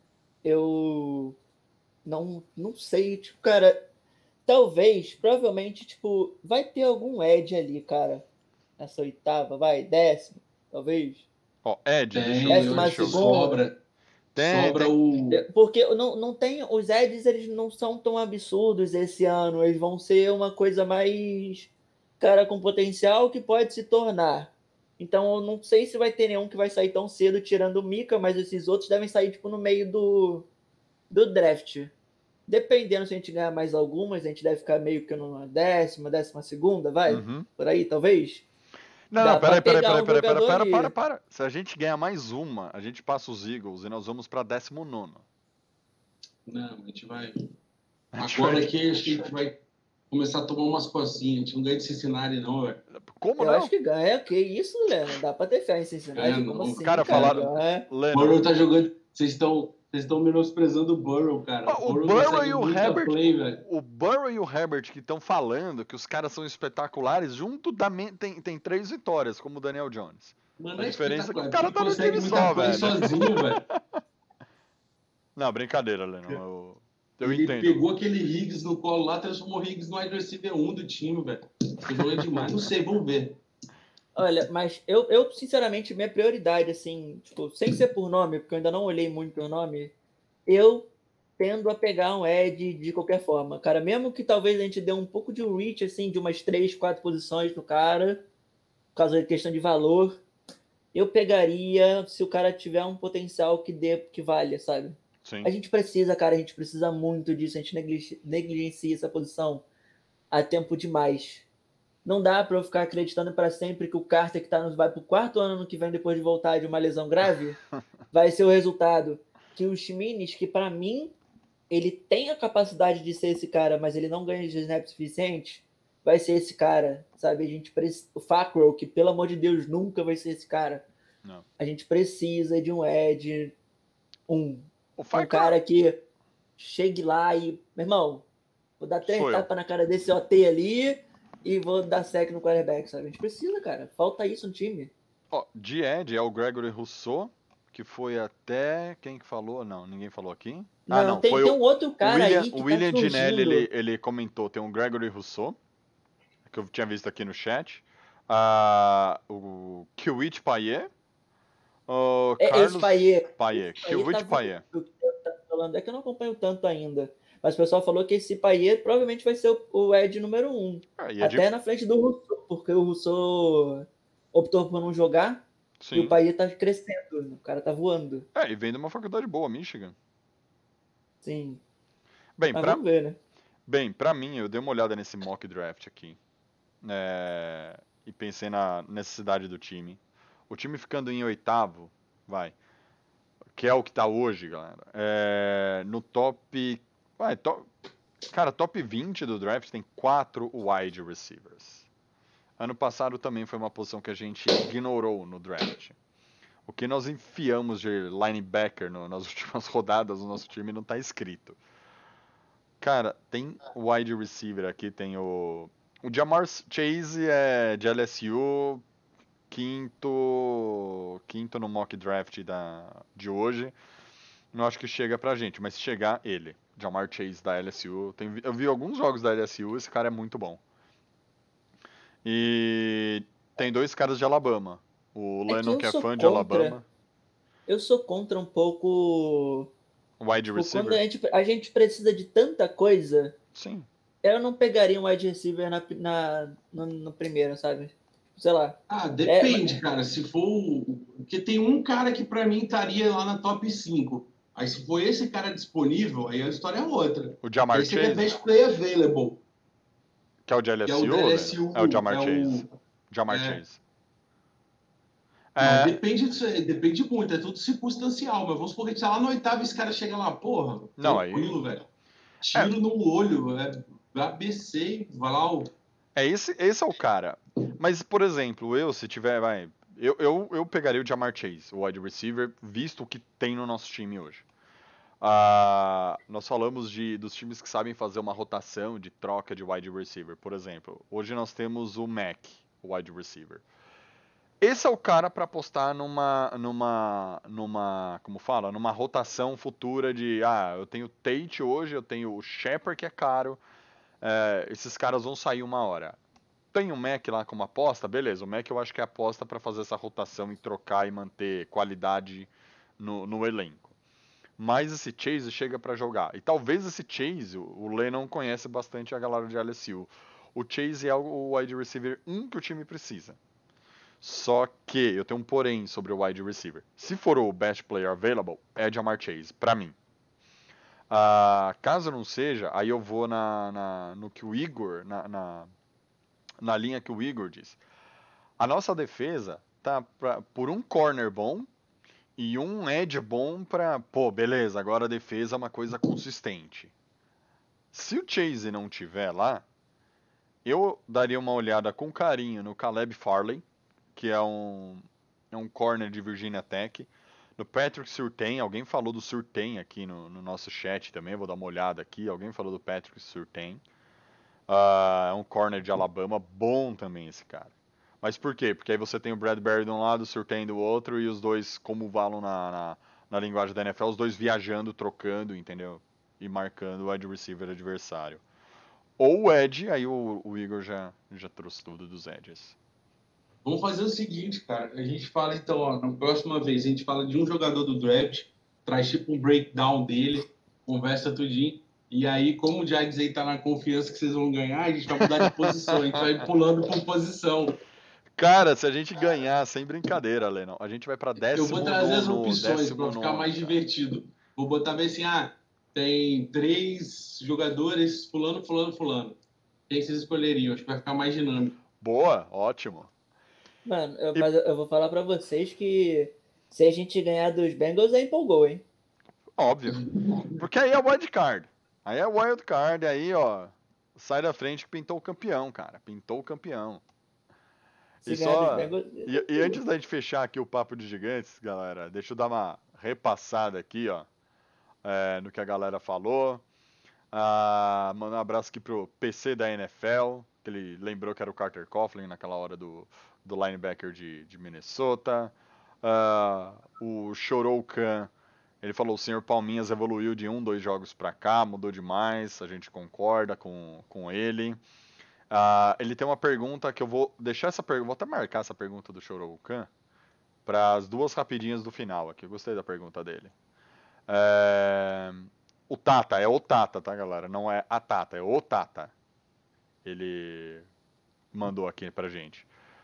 eu não sei, tipo, cara, talvez, provavelmente, tipo, vai ter algum edge ali, cara. Nessa 8ª, vai, 10º, talvez. Ó, Ed, Tem, deixa eu Décima acho que segunda. sobra. Tem, Sobra tem. o... Porque não tem. Os edges, eles não são tão absurdos esse ano. Eles vão ser uma coisa mais. Cara, com potencial que pode se tornar. Então eu não sei se vai ter nenhum que vai sair tão cedo, tirando o Mika, mas esses outros devem sair tipo, no meio do draft. Dependendo se a gente ganhar mais algumas, a gente deve ficar meio que numa 10ª, vai? Uhum. Por aí, talvez. Não, Dá pra pegar um peraí, jogador ali. para. Se a gente ganhar mais uma, a gente passa os Eagles e nós vamos pra 19º. Não, a gente vai... A gente Agora vai- aqui acho que a gente vai começar a tomar umas cocinhas. A gente não ganha de Cincinnati não, velho. Como Eu não? acho que ganha. Que isso, Léo? Dá pra ter fé em Cincinnati? Ganha Como não. assim, Cara, falaram- Ganha. O Leno, Burrow tá jogando... Vocês estão menosprezando o Burrow, cara. o Burrow Burrow consegue e o muita Herbert, play, velho. o Burrow e o Herbert que estão falando que os caras são espetaculares, junto tem 3 vitórias, como o Daniel Jones. Mano, A é diferença é que o espetacular. cara Ele tá no consegue time muita só, play velho. sozinho, velho. Não, brincadeira, Leno. Eu Ele entendo. pegou aquele Higgs no colo lá, transformou o Higgs no wide receiver 1 do time, velho. Tô jogando demais. Não sei, vamos ver. Olha, mas eu, sinceramente, minha prioridade, assim, tipo, sem ser por nome, porque eu ainda não olhei muito o nome, eu tendo a pegar um Ed de qualquer forma. Cara, mesmo que talvez a gente dê um pouco de reach, assim, de umas 3, 4 posições no cara, por causa da questão de valor, eu pegaria se o cara tiver um potencial que valha, sabe? Sim. A gente precisa, cara, a gente precisa muito disso, a gente negligencia essa posição há tempo demais. Não dá pra eu ficar acreditando pra sempre que o Carter, que vai pro 4º ano que vem, depois de voltar de uma lesão grave, vai ser o resultado. Que o Schminis, que pra mim, ele tem a capacidade de ser esse cara, mas ele não ganha de snap suficiente, vai ser esse cara, sabe? O Fackrell, que pelo amor de Deus, nunca vai ser esse cara. Não. A gente precisa de um Ed, O um Fackrell- cara que chegue lá e, meu irmão, vou dar 3 Sou eu. tapas na cara desse OT ali e vou dar sec no quarterback, sabe? A gente precisa, cara. Falta isso no time. Ó, de Ed é o Gregory Rousseau, que foi até... Quem que falou? Não, ninguém falou aqui. Não, tem foi um outro cara aí que o William tá surgindo. Ginelli, ele comentou, tem um Gregory Rousseau, que eu tinha visto aqui no chat. O Kiwit Payet. O Carlos Esse Payet. Kiwit Payet. O que eu tava falando é que eu não acompanho tanto ainda. Mas o pessoal falou que esse Payet provavelmente vai ser o Ed número 1. E é Até na frente do Rousseau, porque o Rousseau optou por não jogar e o Sim. Payet tá crescendo. O cara tá voando. E vem de uma faculdade boa, Michigan. Sim. Bem, Mas vamos ver, né? pra mim, eu dei uma olhada nesse mock draft aqui. E pensei na necessidade do time. O time ficando em 8º, que é o que tá hoje, galera. No top... Cara, top 20 do draft tem 4 wide receivers. Ano passado também foi uma posição que a gente ignorou no draft. O que nós enfiamos de linebacker nas últimas rodadas no nosso time não tá escrito. Cara, tem wide receiver aqui, tem o Ja'Marr Chase de LSU, quinto no mock draft de hoje. Não acho que chega pra gente, mas se chegar, ele. Ja'Marr Chase da LSU. Eu vi alguns jogos da LSU, esse cara é muito bom. E tem 2 caras de Alabama. O Lennon, que é fã de Alabama. eu sou contra um pouco. Wide Tipo, receiver? quando a gente precisa de tanta coisa, Sim. eu não pegaria um wide receiver no primeiro, sabe? Sei lá. Depende, cara. Se for. Porque tem um cara que pra mim estaria lá na top 5. Aí se for esse cara disponível, aí a história é outra. O Jamar Aí seria Chase? best play available. Que é o de Que é o LSU, da Leno? LSU. É o Jamar Chase. Jamar é. Chase. Não, depende disso aí, depende muito, é tudo circunstancial. Mas vamos supor que a gente tá lá no oitavo e esse cara chega lá, porra, Não, aí. tranquilo, velho. Tiro no olho, ABC, vai lá. Esse é o cara. Mas, por exemplo, se tiver, eu pegaria o Jamar Chase, o wide receiver, visto o que tem no nosso time hoje. Nós falamos dos times que sabem fazer uma rotação de troca de wide receiver. Por exemplo, hoje nós temos o Mac, o wide receiver. Esse é o cara para apostar como fala, numa rotação futura de, eu tenho Tate hoje, eu tenho o Shepard que é caro, esses caras vão sair uma hora. Tem o Mac lá como aposta, beleza, o Mac eu acho que é aposta para fazer essa rotação e trocar e manter qualidade no elenco. Mas esse Chase chega para jogar. E talvez esse Chase, o Lennon conhece bastante a galera de LSU. O Chase é o wide receiver 1 que o time precisa. Só que eu tenho um porém sobre o wide receiver. Se for o best player available, é Jamar Chase, pra mim. Caso não seja, aí eu vou no que o Igor, na linha que o Igor diz. A nossa defesa tá por um corner bom e um edge bom pra, beleza, agora a defesa é uma coisa consistente. Se o Chase não tiver lá, eu daria uma olhada com carinho no Caleb Farley, que é um corner de Virginia Tech. No Patrick Surtain, alguém falou do Surtain aqui no nosso chat também, vou dar uma olhada aqui. Alguém falou do Patrick Surtain. É um corner de Alabama, bom também esse cara. Mas por quê? Porque aí você tem o Bradbury de um lado, o Surtain do outro, e os dois, como falam na linguagem da NFL, os dois viajando, trocando, entendeu? E marcando o wide receiver adversário. Ou o Edge, aí o Igor já trouxe tudo dos Edges. Vamos fazer o seguinte, cara. A gente fala, então, na próxima vez, a gente fala de um jogador do draft, traz tipo um breakdown dele, conversa tudinho. E aí, como o Jags aí tá na confiança que vocês vão ganhar, a gente vai mudar de posição. A gente vai pulando por posição. Cara, se a gente ganhar, sem brincadeira, Lennon, a gente vai pra 19º. Eu vou trazer as opções para ficar mais divertido. Vou botar bem assim, tem 3 jogadores, fulano. Quem vocês escolheriam? Acho que vai ficar mais dinâmico. Boa, ótimo. Mano, mas eu vou falar pra vocês que se a gente ganhar dos Bengals, aí empolgou, hein? Óbvio. Porque aí é wild card. Aí é wild card, aí, ó, sai da frente que pintou o campeão, cara. Pintou o campeão. E antes da gente fechar aqui o Papo de Gigantes, galera, deixa eu dar uma repassada aqui, ó, no que a galera falou. Manda um abraço aqui pro PC da NFL, que ele lembrou que era o Carter Coughlin naquela hora do linebacker de Minnesota. O Chorocan, ele falou: o senhor Palminhas evoluiu de 2 jogos pra cá, mudou demais, a gente concorda com ele. Ele tem uma pergunta que eu vou deixar essa pergunta, vou até marcar essa pergunta do Chorocan para as 2 rapidinhas do final aqui. Eu gostei da pergunta dele. O Tata, é o Tata, tá, galera? Não é a Tata, é o Tata. Ele mandou aqui pra gente.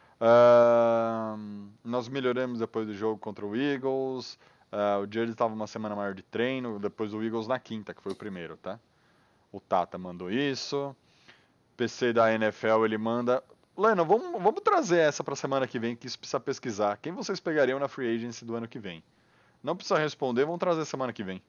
Nós melhoramos depois do jogo contra o Eagles. O Judge estava uma semana maior de treino, depois do Eagles na quinta, que foi o primeiro, tá? O Tata mandou isso. PC da NFL, ele manda... Leno, vamos trazer essa pra semana que vem, que isso precisa pesquisar. Quem vocês pegariam na Free Agency do ano que vem? Não precisa responder, vamos trazer semana que vem.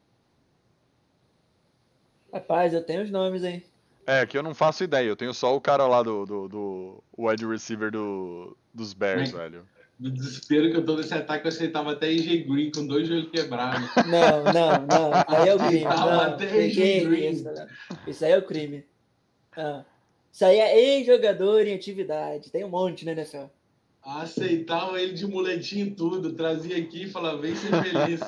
Rapaz, eu tenho os nomes, hein? Que eu não faço ideia, eu tenho só o cara lá do wide receiver dos Bears, velho. Do desespero que eu tô nesse ataque, eu aceitava até AJ Green com 2 joelhos quebrados. Não. Aí é o crime. Até AJ Green. Isso aí é o crime. Isso aí é ex-jogador em atividade. Tem um monte na NFL. Aceitava ele de muletinha e tudo. Trazia aqui e falava, vem ser feliz.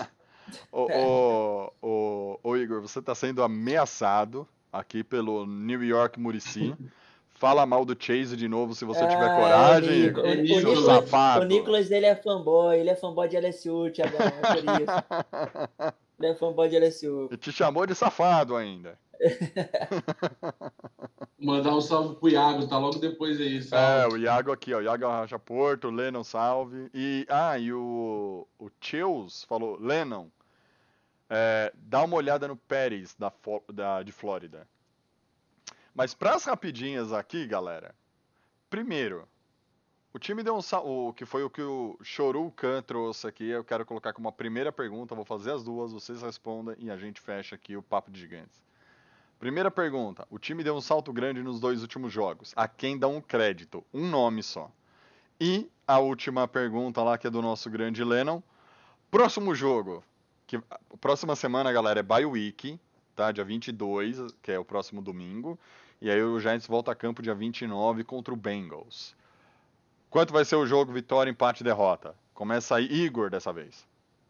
Ô Igor, você tá sendo ameaçado aqui pelo New York Muricy. Fala mal do Chase de novo se você tiver Ah, coragem, Nico. Igor. É O isso, Seu Nicolas, safado. o Nicolas, ele é fanboy de LSU, Thiagão, é por isso. Ele é fanboy de LSU. E te chamou de safado ainda. Mandar um salve pro Iago, tá logo depois aí, salve. O Iago aqui, ó. Iago Arracha Porto, o Lennon salve. E o Chills falou, Lennon, dá uma olhada no Pérez de Flórida. Mas pras rapidinhas aqui, galera. Primeiro, o time deu que foi o que o Chorucan trouxe aqui. Eu quero colocar como a primeira pergunta. Vou fazer as duas, vocês respondem e a gente fecha aqui o Papo de Gigantes. Primeira pergunta. O time deu um salto grande nos 2 últimos jogos. A quem dá um crédito? Um nome só. E a última pergunta lá, que é do nosso grande Lennon. Próximo jogo. Próxima semana, galera, é bye week, tá? Dia 22, que é o próximo domingo. E aí o Giants volta a campo dia 29 contra o Bengals. Quanto vai ser o jogo? Vitória, empate, derrota? Começa aí, Igor, dessa vez.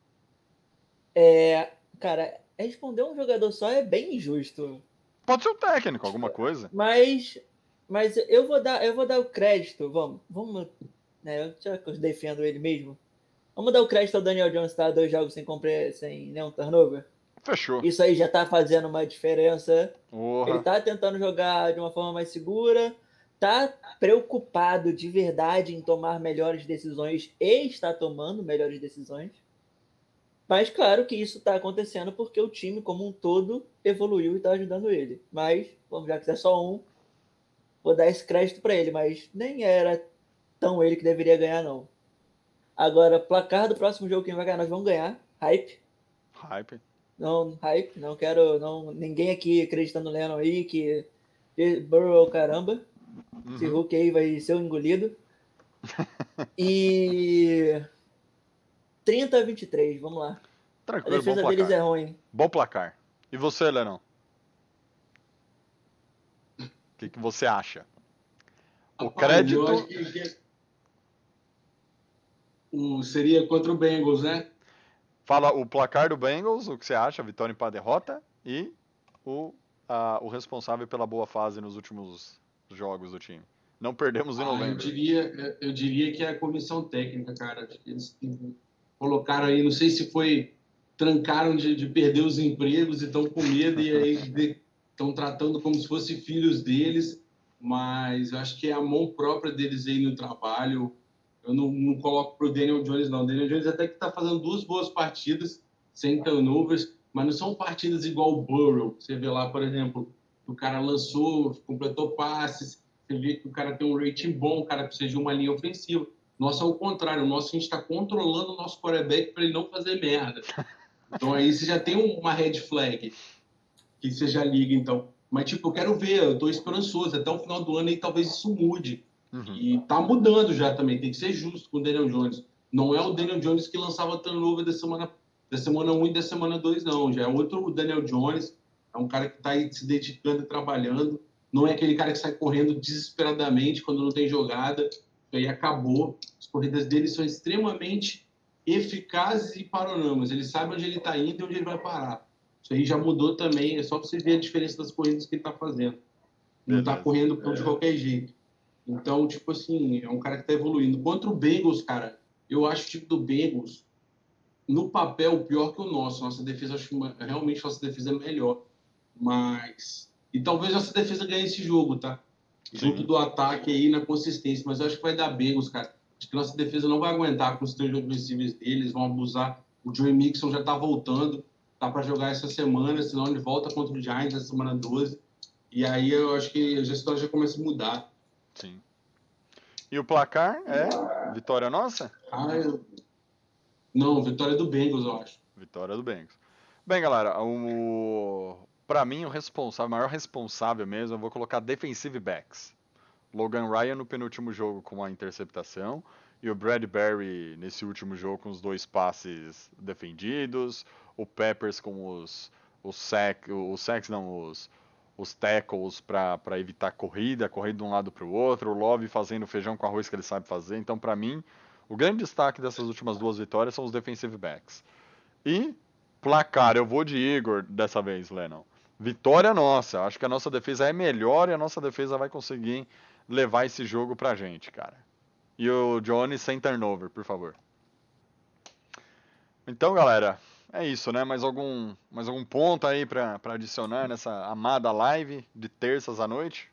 Cara, responder um jogador só é bem injusto. Pode ser o técnico, alguma coisa. Mas eu vou dar o crédito, vamos, né, já que eu defendo ele mesmo. Vamos dar o crédito ao Daniel Jones, tá? 2 jogos sem nenhum turnover. Fechou. Isso aí já tá fazendo uma diferença. Porra. Ele tá tentando jogar de uma forma mais segura, tá preocupado de verdade em tomar melhores decisões e está tomando melhores decisões. Mas claro que isso tá acontecendo porque o time como um todo evoluiu e tá ajudando ele. Mas, já que é só um, vou dar esse crédito para ele, mas nem era tão ele que deveria ganhar, não. Agora, placar do próximo jogo, quem vai ganhar? Nós vamos ganhar. Hype. Não quero ninguém aqui acreditando no Lennon aí que Burrow, caramba. Esse Hulk aí vai ser engolido. E 30-23, vamos lá. Tranquilo, a defesa bom placar. deles é ruim. Bom placar. E você, Lennon? O que você acha? O crédito... Eu acho que seria contra o Bengals, né? Fala o placar do Bengals, o que você acha, vitória, empate, derrota, e o responsável pela boa fase nos últimos jogos do time. Não perdemos em novembro. Eu diria que é a comissão técnica, cara. Acho que eles colocaram aí, não sei se foi, trancaram de perder os empregos e estão com medo e aí estão tratando como se fossem filhos deles, mas eu acho que é a mão própria deles aí no trabalho. Eu não coloco pro Daniel Jones, não. O Daniel Jones até que está fazendo 2 boas partidas, sem turnovers, mas não são partidas igual o Burrow. Você vê lá, por exemplo, o cara lançou, completou passes, você vê que o cara tem um rating bom, o cara precisa de uma linha ofensiva. Nosso é o contrário, a gente está controlando o nosso quarterback para ele não fazer merda. Então aí você já tem uma red flag que você já liga, então. Mas, eu quero ver, eu estou esperançoso, até o final do ano aí talvez isso mude. E tá mudando já também, tem que ser justo com o Daniel Jones. Não é o Daniel Jones que lançava turnover da semana 1 e da semana 2, não. Já é outro Daniel Jones, é um cara que está aí se dedicando e trabalhando. Não é aquele cara que sai correndo desesperadamente quando não tem jogada. Isso aí acabou. As corridas dele são extremamente eficazes e paranomas. Ele sabe onde ele está indo e onde ele vai parar. Isso aí já mudou também. É só para você ver a diferença das corridas que ele está fazendo. Não está correndo de qualquer jeito. Então, assim, é um cara que está evoluindo. Contra o Bengals, cara, eu acho o time do Bengals, no papel, pior que o nosso. Nossa defesa, acho que realmente nossa defesa é melhor. Mas... E talvez nossa defesa ganhe esse jogo, tá? Junto do ataque aí na consistência. Mas eu acho que vai dar Bengals, cara. Acho que nossa defesa não vai aguentar com os 3 ofensivos deles, vão abusar. O Joey Mixon já tá voltando, tá para jogar essa semana, senão ele volta contra o Giants na semana 12. E aí eu acho que a história já começa a mudar. Sim. E o placar é vitória nossa? Não, vitória do Bengals, eu acho. Vitória do Bengals. Bem, galera, pra mim o maior responsável mesmo, eu vou colocar defensive backs. Logan Ryan no penúltimo jogo com uma interceptação e o Bradbury nesse último jogo com os 2 passes defendidos, o Peppers com os tackles para evitar corrida de um lado para o outro, o Love fazendo feijão com arroz que ele sabe fazer. Então, para mim, o grande destaque dessas últimas 2 vitórias são os defensive backs. E placar, eu vou de Igor dessa vez, Lennon. Vitória nossa. Acho que a nossa defesa é melhor e a nossa defesa vai conseguir levar esse jogo pra gente, cara. E o Johnny sem turnover, por favor. Então, galera, é isso, né? Mais algum ponto aí pra adicionar nessa amada live de terças à noite?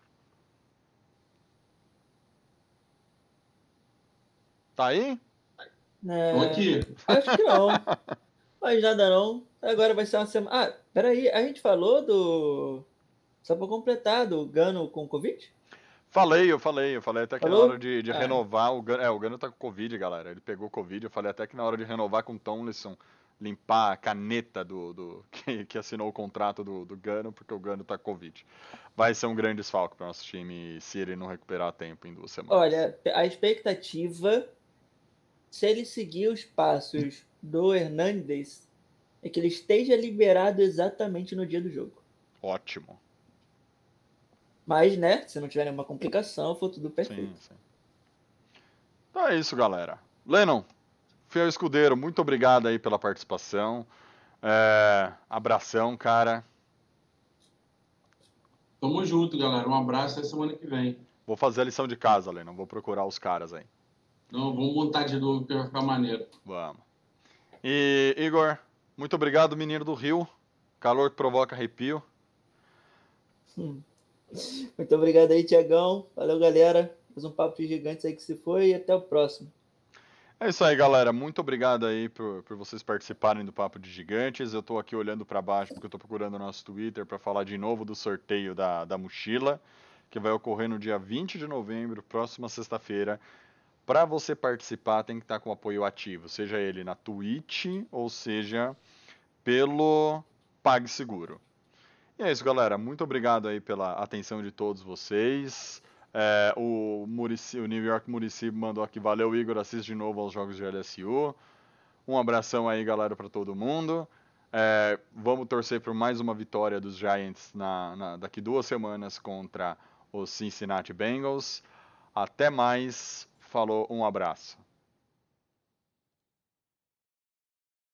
Tá aí? Tô É, aqui. acho que não. Mas nada não. Agora vai ser uma semana. Ah, peraí, a gente falou do. Só pra completar, do Gano com Covid? Eu falei até que na hora Falou? de Ah, renovar, o Gano tá com Covid, galera. Ele pegou Covid, eu falei até que na hora de renovar com o Tomlinson, limpar a caneta do que assinou o contrato do Gano, porque o Gano tá com Covid. Vai ser um grande desfalque para nosso time se ele não recuperar a tempo em 2 semanas. olha, a expectativa, se ele seguir os passos do Hernandes, é que ele esteja liberado exatamente no dia do jogo. Ótimo. Mas, né, se não tiver nenhuma complicação, for tudo Sim, perfeito. sim. Então é isso, galera. Lennon, fiel escudeiro, muito obrigado aí pela participação. Abração, cara. Tamo junto, galera. Um abraço até semana que vem. Vou fazer a lição de casa, Lennon. Vou procurar os caras aí. Não, vamos montar de novo que vai ficar maneiro. Vamos. E, Igor, muito obrigado, menino do Rio. Calor que provoca arrepio. Muito obrigado aí, Tiagão. Valeu, galera. Mais um papo de gigantes aí que se foi e até o próximo. É isso aí, galera. Muito obrigado aí por vocês participarem do Papo de Gigantes. Eu tô aqui olhando para baixo porque eu tô procurando o nosso Twitter para falar de novo do sorteio da mochila, que vai ocorrer no dia 20 de novembro, próxima sexta-feira. Para você participar, tem que estar com apoio ativo, seja ele na Twitch ou seja pelo PagSeguro. E é isso, galera. Muito obrigado aí pela atenção de todos vocês. O New York Muricy mandou aqui, valeu, Igor, assiste de novo aos jogos de LSU. Um abração aí, galera, para todo mundo. Vamos torcer por mais uma vitória dos Giants daqui 2 semanas contra os Cincinnati Bengals. Até mais. Falou, um abraço.